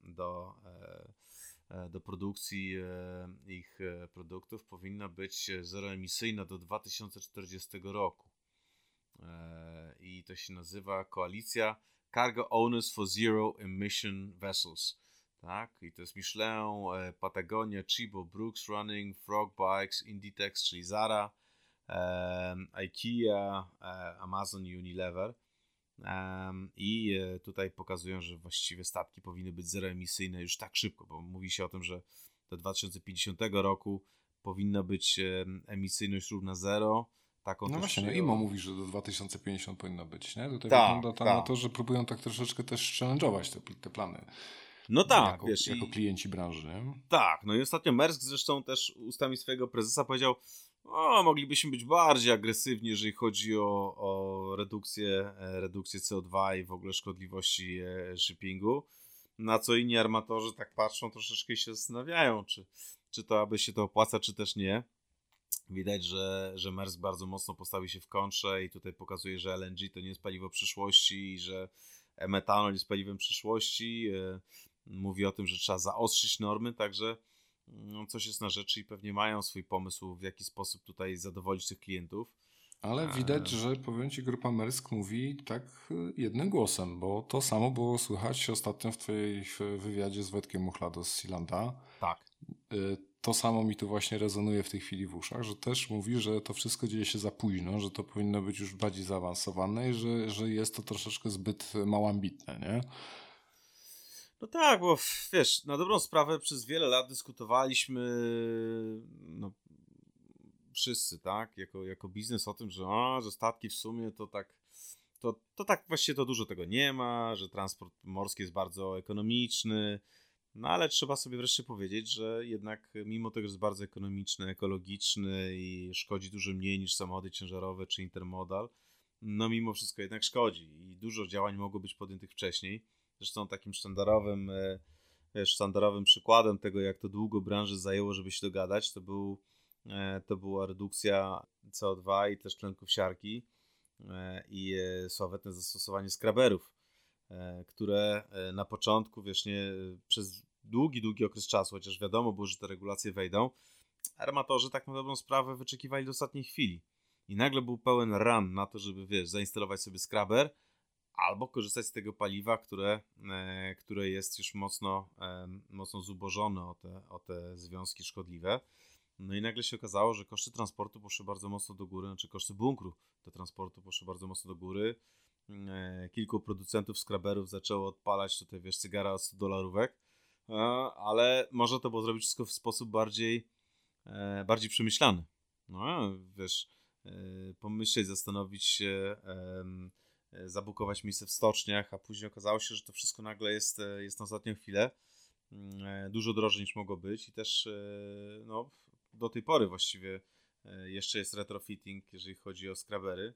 do produkcji ich produktów powinna być zeroemisyjna do 2040 roku. I to się nazywa Koalicja Cargo Owners for Zero Emission Vessels. Tak? I to jest Michelin, Patagonia, Chibo, Brooks Running, Frog Bikes, Inditex, czyli Zara, IKEA, Amazon i Unilever. I tutaj pokazują, że właściwie statki powinny być zeroemisyjne już tak szybko, bo mówi się o tym, że do 2050 roku powinna być emisyjność równa zero. No właśnie, IMO mówi, że do 2050 powinno być, nie? Tutaj wygląda to na to, że próbują tak troszeczkę też challenge'ować te plany. No tak, jako klienci branży, nie? Tak, no i ostatnio Maersk zresztą też ustami swojego prezesa powiedział, moglibyśmy być bardziej agresywni, jeżeli chodzi o redukcję CO2 i w ogóle szkodliwości shippingu. Na co inni armatorzy tak patrzą troszeczkę i się zastanawiają, czy to aby się to opłaca, czy też nie. Widać, że Maersk bardzo mocno postawił się w kontrze i tutaj pokazuje, że LNG to nie jest paliwo przyszłości i że metanol jest paliwem przyszłości. Mówi o tym, że trzeba zaostrzyć normy, także coś jest na rzeczy i pewnie mają swój pomysł, w jaki sposób tutaj zadowolić tych klientów. Ale widać, że powiem Ci, grupa Maersk mówi tak jednym głosem, bo to samo było słychać ostatnio w Twojej wywiadzie z Wojtkiem Muchlado z Sealanda. Tak. to samo mi tu właśnie rezonuje w tej chwili w uszach, że też mówi, że to wszystko dzieje się za późno, że to powinno być już bardziej zaawansowane i że jest to troszeczkę zbyt mało ambitne, nie? No tak, bo wiesz, na dobrą sprawę przez wiele lat dyskutowaliśmy, no, wszyscy, tak, jako biznes o tym, że statki w sumie to tak właściwie to dużo tego nie ma, że transport morski jest bardzo ekonomiczny, no ale trzeba sobie wreszcie powiedzieć, że jednak mimo tego, że jest bardzo ekonomiczny, ekologiczny i szkodzi dużo mniej niż samochody ciężarowe czy intermodal, no mimo wszystko jednak szkodzi i dużo działań mogło być podjętych wcześniej. Zresztą takim sztandarowym przykładem tego, jak to długo branży zajęło, żeby się dogadać, to była redukcja CO2 i też tlenków siarki i sławetne zastosowanie skraberów, które na początku, wiesz, nie, przez długi okres czasu, chociaż wiadomo było, że te regulacje wejdą, armatorzy tak na dobrą sprawę wyczekiwali do ostatniej chwili. I nagle był pełen run na to, żeby, wiesz, zainstalować sobie skraber, albo korzystać z tego paliwa, które jest już mocno zubożone o te związki szkodliwe. No i nagle się okazało, że koszty transportu poszły bardzo mocno do góry, znaczy koszty bunkru do transportu poszły bardzo mocno do góry. Kilku producentów skraberów zaczęło odpalać tutaj, wiesz, cygara od $100, ale można to było zrobić wszystko w sposób bardziej przemyślany. No, wiesz, pomyśleć, zastanowić się, zabukować miejsce w stoczniach, a później okazało się, że to wszystko nagle jest na ostatnią chwilę. Dużo drożej niż mogło być i też no, do tej pory właściwie jeszcze jest retrofitting, jeżeli chodzi o skrabery.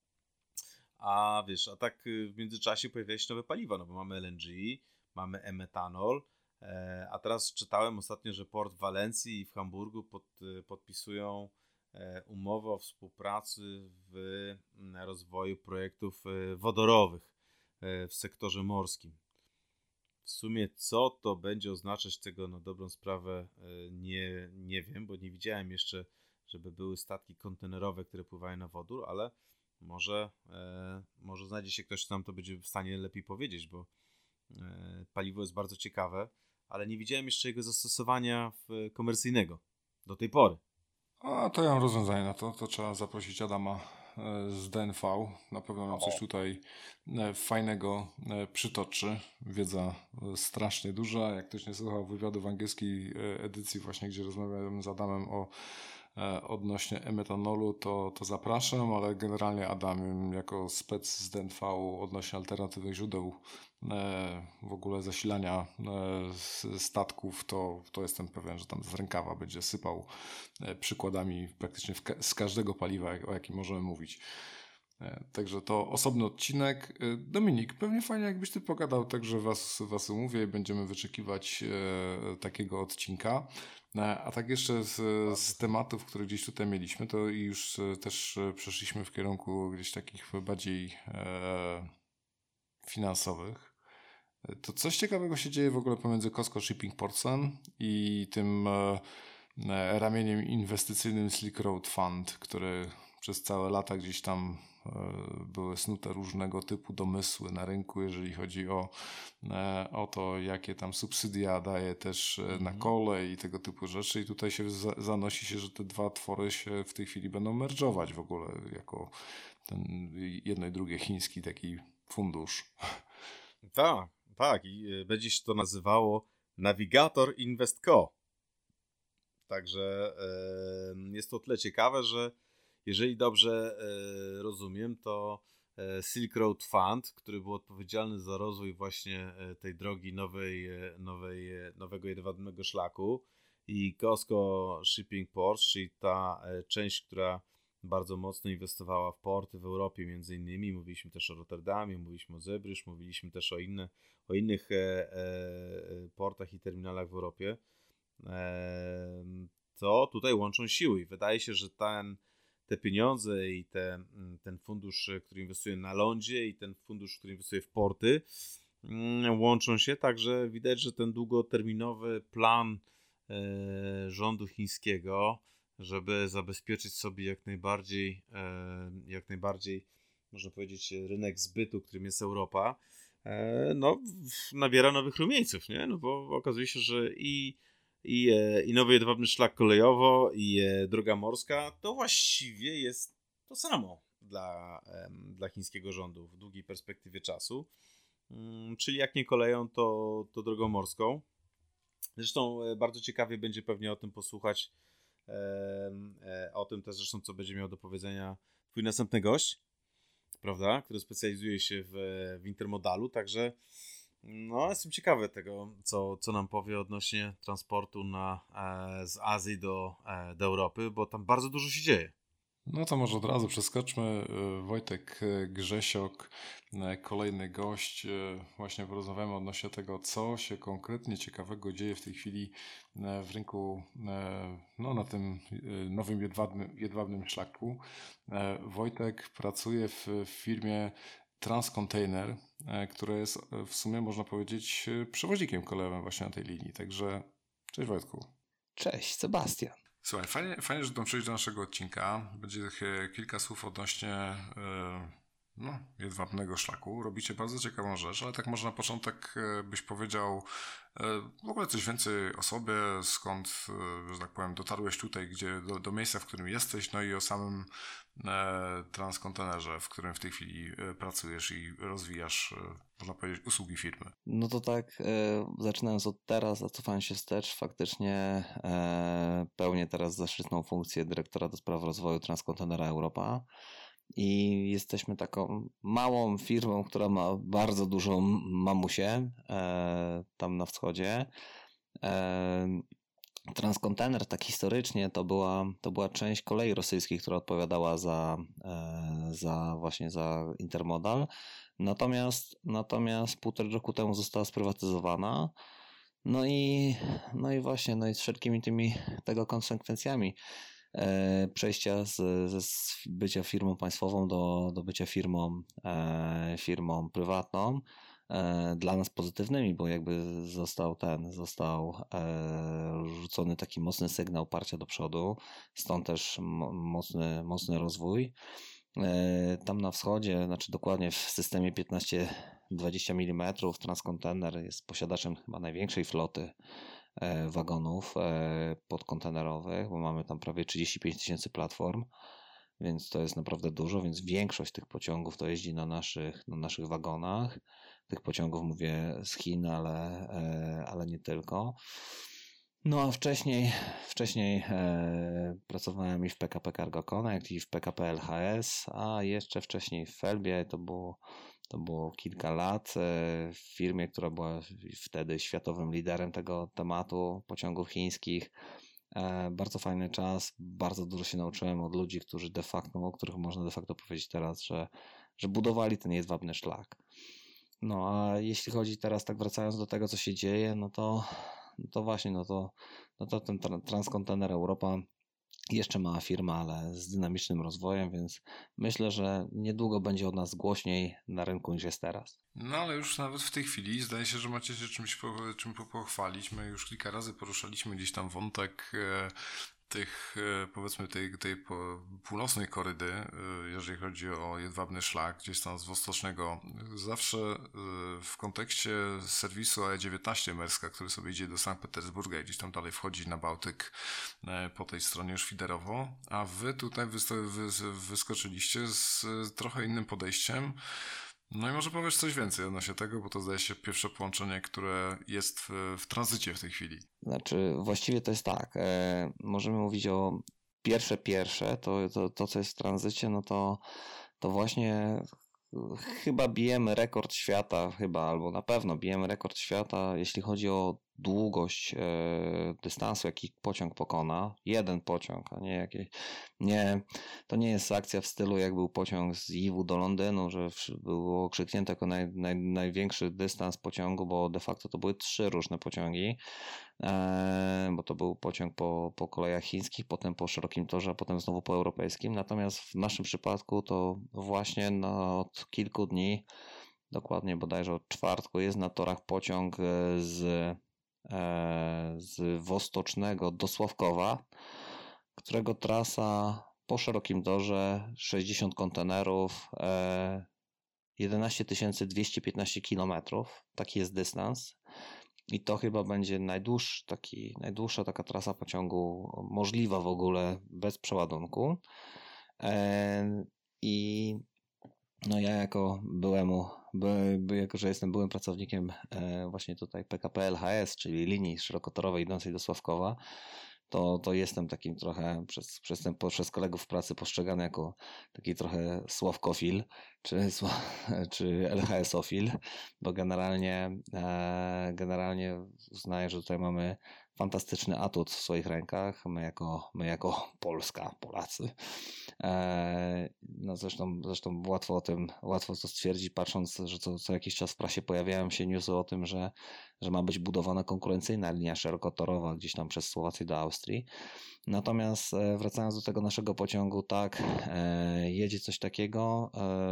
A wiesz, a tak w międzyczasie pojawiają się nowe paliwa, no bo mamy LNG, mamy e-metanol, a teraz czytałem ostatnio, że port w Walencji i w Hamburgu podpisują umowę o współpracy w rozwoju projektów wodorowych w sektorze morskim. W sumie co to będzie oznaczać, tego na dobrą sprawę nie wiem, bo nie widziałem jeszcze, żeby były statki kontenerowe, które pływają na wodór, ale może znajdzie się ktoś, kto nam to będzie w stanie lepiej powiedzieć, bo paliwo jest bardzo ciekawe, ale nie widziałem jeszcze jego zastosowania komercyjnego do tej pory. A to ja mam rozwiązanie na to trzeba zaprosić Adama z DNV. Na pewno nam coś tutaj fajnego przytoczy. Wiedza strasznie duża. Jak ktoś nie słuchał wywiadu w angielskiej edycji właśnie, gdzie rozmawiałem z Adamem odnośnie e-metanolu, to zapraszam, ale generalnie Adam jako spec z DNV odnośnie alternatywnych źródeł w ogóle zasilania statków, to jestem pewien, że tam z rękawa będzie sypał przykładami praktycznie z każdego paliwa, o jakim możemy mówić. Także to osobny odcinek. Dominik, pewnie fajnie jakbyś ty pogadał, także was umówię i będziemy wyczekiwać takiego odcinka. A tak jeszcze z tematów, które gdzieś tutaj mieliśmy, to już też przeszliśmy w kierunku gdzieś takich bardziej finansowych. To coś ciekawego się dzieje w ogóle pomiędzy COSCO Shipping Portsem i tym ramieniem inwestycyjnym Silk Road Fund, który przez całe lata gdzieś tam były snute różnego typu domysły na rynku, jeżeli chodzi o to, jakie tam subsydia daje też na kole i tego typu rzeczy. I tutaj się zanosi się, że te dwa twory się w tej chwili będą merdżować w ogóle jako ten jedno i drugie chiński taki fundusz. Tak. I będzie się to nazywało Navigator Invest Co. Także jest to o tyle ciekawe, że jeżeli dobrze rozumiem, to Silk Road Fund, który był odpowiedzialny za rozwój właśnie tej drogi nowego jedwabnego szlaku, i COSCO Shipping Ports, czyli ta część, która bardzo mocno inwestowała w porty w Europie między innymi. Mówiliśmy też o Rotterdamie, mówiliśmy o Zeebrugge, mówiliśmy też o innych portach i terminalach w Europie. To tutaj łączą siły i wydaje się, że te pieniądze i ten fundusz, który inwestuje na lądzie, i ten fundusz, który inwestuje w porty, łączą się, także widać, że ten długoterminowy plan rządu chińskiego, żeby zabezpieczyć sobie jak najbardziej można powiedzieć rynek zbytu, którym jest Europa, no nabiera nowych rumieńców, nie? No bo okazuje się, że i i nowy jedwabny szlak kolejowo i droga morska, to właściwie jest to samo dla chińskiego rządu w długiej perspektywie czasu. Czyli jak nie koleją, to drogą morską. Zresztą bardzo ciekawie będzie pewnie o tym posłuchać, o tym też zresztą, co będzie miał do powiedzenia twój następny gość, prawda, który specjalizuje się w intermodalu, także no, jestem ciekawy tego, co nam powie odnośnie transportu z Azji do Europy, bo tam bardzo dużo się dzieje. No to może od razu przeskoczmy. Wojtek Grzesiok, kolejny gość. Właśnie porozmawiamy odnośnie tego, co się konkretnie ciekawego dzieje w tej chwili w rynku, no, na tym nowym jedwabnym szlaku. Wojtek pracuje w firmie Transcontainer, która jest w sumie, można powiedzieć, przewoźnikiem kolejowym właśnie na tej linii. Także cześć Wojtku. Cześć Sebastian. Słuchaj, fajnie, że dołączyłeś do naszego odcinka. Będzie kilka słów odnośnie jedwabnego szlaku. Robicie bardzo ciekawą rzecz, ale tak może na początek byś powiedział w ogóle coś więcej o sobie, skąd, że tak powiem, dotarłeś tutaj, do miejsca, w którym jesteś, no i o samym transkontenerze, w którym w tej chwili pracujesz i rozwijasz, można powiedzieć, usługi firmy. No to tak, zaczynając od teraz, a cofając się wstecz, faktycznie pełnię teraz zaszczytną funkcję dyrektora do spraw rozwoju Transkontenera Europa i jesteśmy taką małą firmą, która ma bardzo dużą mamusię tam na wschodzie. Transkontener tak historycznie to była część kolei rosyjskiej, która odpowiadała właśnie za intermodal. Natomiast 1,5 roku temu została sprywatyzowana. No i właśnie, no i z wszelkimi tymi tego konsekwencjami przejścia z bycia firmą państwową do bycia firmą prywatną. Dla nas pozytywnymi, bo jakby został rzucony taki mocny sygnał parcia do przodu, stąd też mocny rozwój. Tam na wschodzie, znaczy dokładnie w systemie 15-20 mm, Transcontainer jest posiadaczem chyba największej floty wagonów podkontenerowych, bo mamy tam prawie 35 000 platform, więc to jest naprawdę dużo, więc większość tych pociągów to jeździ na naszych wagonach. Tych pociągów mówię z Chin, ale nie tylko. No a wcześniej pracowałem i w PKP Cargo Connect, i w PKP LHS, a jeszcze wcześniej w Felbie, to było kilka lat, w firmie, która była wtedy światowym liderem tego tematu pociągów chińskich. Bardzo fajny czas, bardzo dużo się nauczyłem od ludzi, o których można de facto powiedzieć teraz, że budowali ten jedwabny szlak. No a jeśli chodzi teraz, tak wracając do tego, co się dzieje, no to właśnie ten Transcontainer Europa jeszcze mała firma, ale z dynamicznym rozwojem, więc myślę, że niedługo będzie od nas głośniej na rynku niż jest teraz. No ale już nawet w tej chwili zdaje się, że macie się czym pochwalić. My już kilka razy poruszaliśmy gdzieś tam wątek powiedzmy tej północnej korydy, jeżeli chodzi o jedwabny szlak, gdzieś tam z Wostocznego. Zawsze w kontekście serwisu AE19 Merska, który sobie idzie do Sankt Petersburga i gdzieś tam dalej wchodzi na Bałtyk po tej stronie szwiderowo, a wy tutaj wyskoczyliście z trochę innym podejściem. No i może powiesz coś więcej odnośnie tego, bo to zdaje się pierwsze połączenie, które jest w tranzycie w tej chwili. Znaczy, właściwie to jest tak. Możemy mówić o pierwsze, to co jest w tranzycie, no to właśnie chyba bijemy rekord świata, albo na pewno bijemy rekord świata, jeśli chodzi o długość dystansu, jaki pociąg pokona. Jeden pociąg, a nie jakieś. Nie, to nie jest akcja w stylu, jak był pociąg z Yiwu do Londynu, że było krzyknięte jako największy dystans pociągu, bo de facto to były 3 różne pociągi, bo to był pociąg po kolejach chińskich, potem po szerokim torze, a potem znowu po europejskim. Natomiast w naszym przypadku to właśnie od kilku dni, dokładnie bodajże od czwartku, jest na torach pociąg z Wostocznego do Sławkowa, którego trasa po szerokim torze 60 kontenerów, 11 215 km, taki jest dystans. I to chyba będzie najdłuższa taka trasa pociągu możliwa w ogóle bez przeładunku. I no ja jako że jestem byłym pracownikiem właśnie tutaj PKP LHS, czyli linii szerokotorowej idącej do Sławkowa, to jestem takim trochę przez kolegów w pracy postrzegany jako taki trochę sławkofil czy LHS-ofil, bo generalnie uznaję, że tutaj mamy fantastyczny atut w swoich rękach, my jako Polska, Polacy. No zresztą łatwo to stwierdzić, patrząc, że co jakiś czas w prasie pojawiają się newsy o tym, że ma być budowana konkurencyjna linia szerokotorowa gdzieś tam przez Słowację do Austrii. Natomiast wracając do tego naszego pociągu, tak, jedzie coś takiego.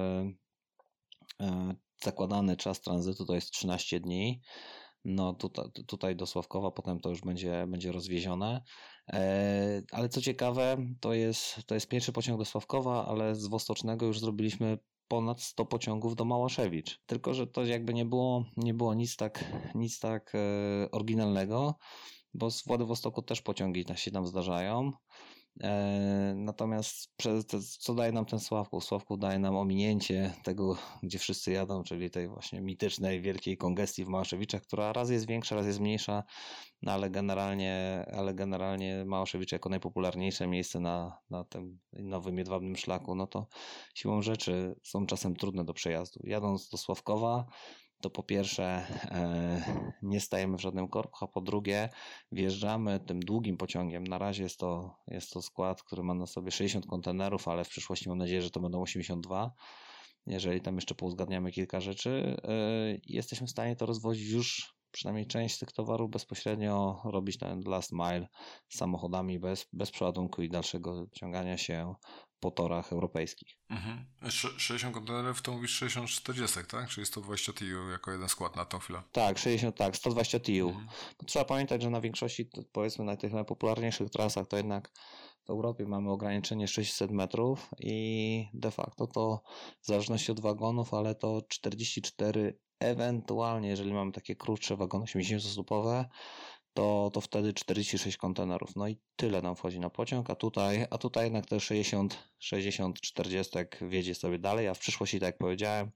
Zakładany czas tranzytu to jest 13 dni. No tutaj do Sławkowa, potem to już będzie rozwiezione. Ale co ciekawe, to jest pierwszy pociąg do Sławkowa, ale z Wostocznego już zrobiliśmy ponad 100 pociągów do Małaszewicz. Tylko że to jakby nie było nic tak oryginalnego, bo z Władywostoku też pociągi się tam zdarzają. Natomiast co daje nam ten Sławków? Sławków daje nam ominięcie tego, gdzie wszyscy jadą, czyli tej właśnie mitycznej wielkiej kongestii w Małaszewiczach, która raz jest większa, raz jest mniejsza, no ale generalnie Małaszewicze jako najpopularniejsze miejsce na tym nowym jedwabnym szlaku, no to siłą rzeczy są czasem trudne do przejazdu. Jadąc do Sławkowa, to po pierwsze nie stajemy w żadnym korku, a po drugie wjeżdżamy tym długim pociągiem. Na razie jest to skład, który ma na sobie 60 kontenerów, ale w przyszłości mam nadzieję, że to będą 82. Jeżeli tam jeszcze pouzgadniamy kilka rzeczy, jesteśmy w stanie to rozwozić już, przynajmniej część z tych towarów bezpośrednio robić ten last mile samochodami bez przeładunku i dalszego ciągania się po torach europejskich. 60 kontenerów to mówisz 60-40, tak? Czyli 120 TU jako jeden skład na tą chwilę. Tak, 120 TU. No, trzeba pamiętać, że na większości, powiedzmy na tych najpopularniejszych trasach, to jednak w Europie mamy ograniczenie 600 metrów i de facto to w zależności od wagonów, ale to 44, ewentualnie jeżeli mamy takie krótsze wagony 80-stopowe, to wtedy 46 kontenerów. No i tyle nam wchodzi na pociąg, a tutaj jednak te 60-40 wiedzie sobie dalej, a w przyszłości, tak jak powiedziałem,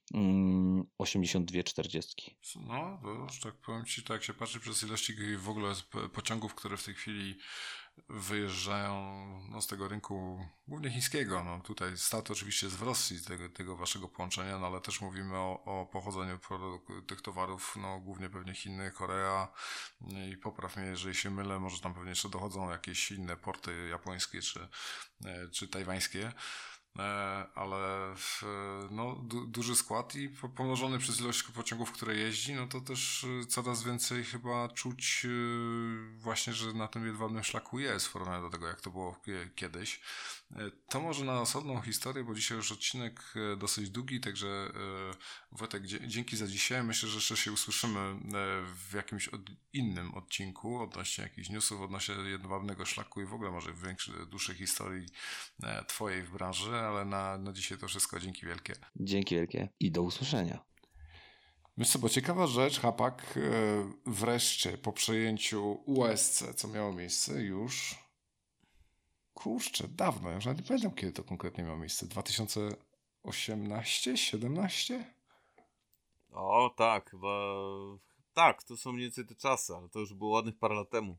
82 40. No, to już tak powiem Ci, tak jak się patrzy przez ilości w ogóle pociągów, które w tej chwili wyjeżdżają z tego rynku głównie chińskiego. No, tutaj start oczywiście jest w Rosji tego waszego połączenia, no ale też mówimy o pochodzeniu tych towarów, no głównie pewnie Chiny, Korea i popraw mnie, jeżeli się mylę, może tam pewnie jeszcze dochodzą jakieś inne porty japońskie czy tajwańskie. Ale duży skład i pomnożony przez ilość pociągów, które jeździ, no to też coraz więcej chyba czuć właśnie, że na tym jedwabnym szlaku jest w porównaniu do tego, jak to było kiedyś. To może na osobną historię, bo dzisiaj już odcinek dosyć długi, także Wojtek, dzięki za dzisiaj. Myślę, że jeszcze się usłyszymy w jakimś innym odcinku odnośnie jakichś newsów, odnośnie jedwabnego szlaku i w ogóle może dłuższej historii twojej w branży, ale na dzisiaj to wszystko. Dzięki wielkie. Dzięki wielkie i do usłyszenia. Myślę, bo ciekawa rzecz, Hapak wreszcie po przejęciu USC, co miało miejsce już dawno, ja już nawet nie pamiętam, kiedy to konkretnie miało miejsce. 2018? 17? O, tak, chyba... Tak, to są mniej więcej te czasy, ale to już było ładnych parę lat temu.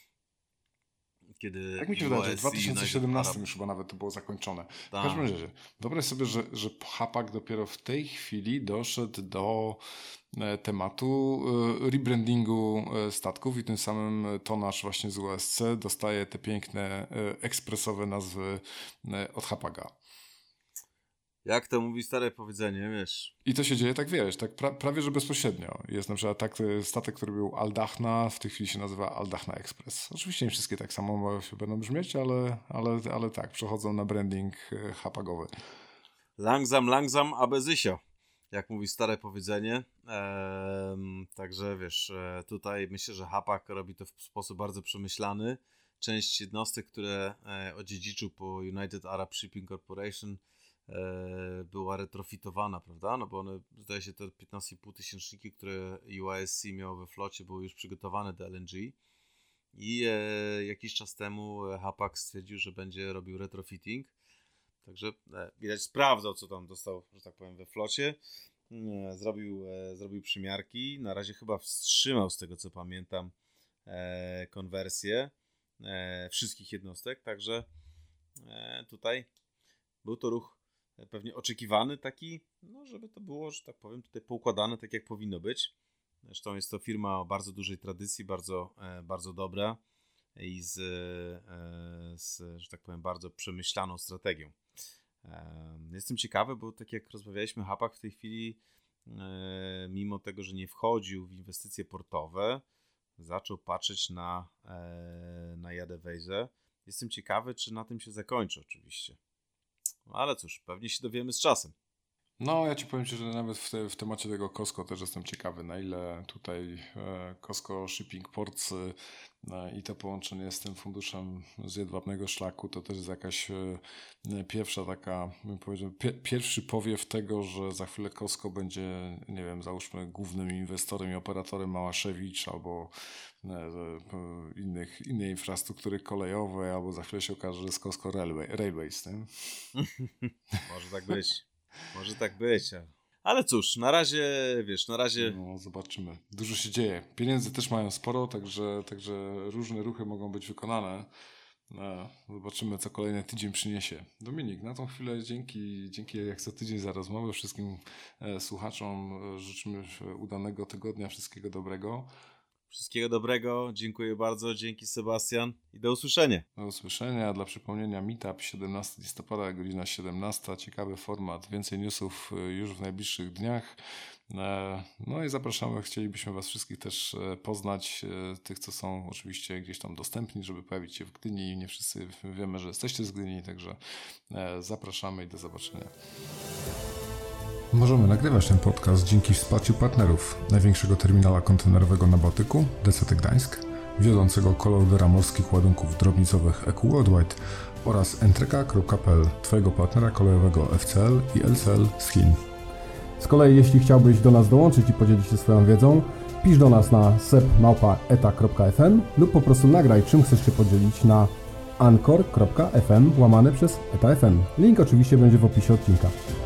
Kiedy tak mi się wydaje, że w 2017 już chyba nawet to było zakończone. W każdym razie, wyobraź sobie, że Hapak dopiero w tej chwili doszedł do tematu rebrandingu statków i tym samym tonaż właśnie z USC dostaje te piękne ekspresowe nazwy od Hapaga. Jak to mówi stare powiedzenie, wiesz. I to się dzieje tak, wiesz, tak prawie że bezpośrednio. Jest na przykład statek, który był Aldachna, w tej chwili się nazywa Aldachna Express. Oczywiście nie wszystkie tak samo się będą brzmieć, ale tak, przechodzą na branding hapagowy. Langsam, aber sicher, jak mówi stare powiedzenie. Także wiesz, tutaj myślę, że Hapag robi to w sposób bardzo przemyślany. Część jednostek, które odziedziczył po United Arab Shipping Corporation, była retrofitowana, prawda? No bo one, zdaje się, te 15,5 tysięczniki, które UASC miało we flocie, były już przygotowane do LNG i jakiś czas temu Hapag stwierdził, że będzie robił retrofitting. Także widać, sprawdzał, co tam dostał, że tak powiem, we flocie. Zrobił przymiarki. Na razie chyba wstrzymał, z tego co pamiętam, konwersję wszystkich jednostek. Także tutaj był to ruch pewnie oczekiwany taki, no żeby to było, że tak powiem, tutaj poukładane tak jak powinno być. Zresztą jest to firma o bardzo dużej tradycji, bardzo dobra i że tak powiem, bardzo przemyślaną strategią. Jestem ciekawy, bo tak jak rozmawialiśmy, Hapag w tej chwili, mimo tego, że nie wchodził w inwestycje portowe, zaczął patrzeć na Jadewijze. Jestem ciekawy, czy na tym się zakończy oczywiście. Ale cóż, pewnie się dowiemy z czasem. No, ja ci powiem Ci, że nawet w temacie tego COSCO też jestem ciekawy, na ile tutaj COSCO Shipping Ports i to połączenie z tym funduszem z jedwabnego szlaku to też jest jakaś pierwsza taka, bym powiedział, pierwszy powiew tego, że za chwilę COSCO będzie, nie wiem, załóżmy głównym inwestorem i operatorem Małaszewicz albo innej infrastruktury kolejowej, albo za chwilę się okaże, że jest COSCO Railways, nie? Może tak być. Może tak być. Ale cóż, na razie. No, zobaczymy. Dużo się dzieje. Pieniędzy też mają sporo, także różne ruchy mogą być wykonane. Zobaczymy, co kolejny tydzień przyniesie. Dominik, na tą chwilę dzięki jak co tydzień za rozmowę. Wszystkim słuchaczom życzymy udanego tygodnia, wszystkiego dobrego. Wszystkiego dobrego, dziękuję bardzo, dzięki Sebastian i do usłyszenia. Do usłyszenia. Dla przypomnienia Meetup 17 listopada, godzina 17. Ciekawy format, więcej newsów już w najbliższych dniach. No i zapraszamy, chcielibyśmy Was wszystkich też poznać, tych co są oczywiście gdzieś tam dostępni, żeby pojawić się w Gdyni. Nie wszyscy wiemy, że jesteście z Gdyni, także zapraszamy i do zobaczenia. Możemy nagrywać ten podcast dzięki wsparciu partnerów największego terminala kontenerowego na Bałtyku, DCT Gdańsk, wiodącego kolodera morskich ładunków drobnicowych EQ Worldwide oraz entreka.pl, Twojego partnera kolejowego FCL i LCL z Chin. Z kolei jeśli chciałbyś do nas dołączyć i podzielić się swoją wiedzą, pisz do nas na sep@eta.fm lub po prostu nagraj, czym chcesz się podzielić na anchor.fm/eta.fm. Link oczywiście będzie w opisie odcinka.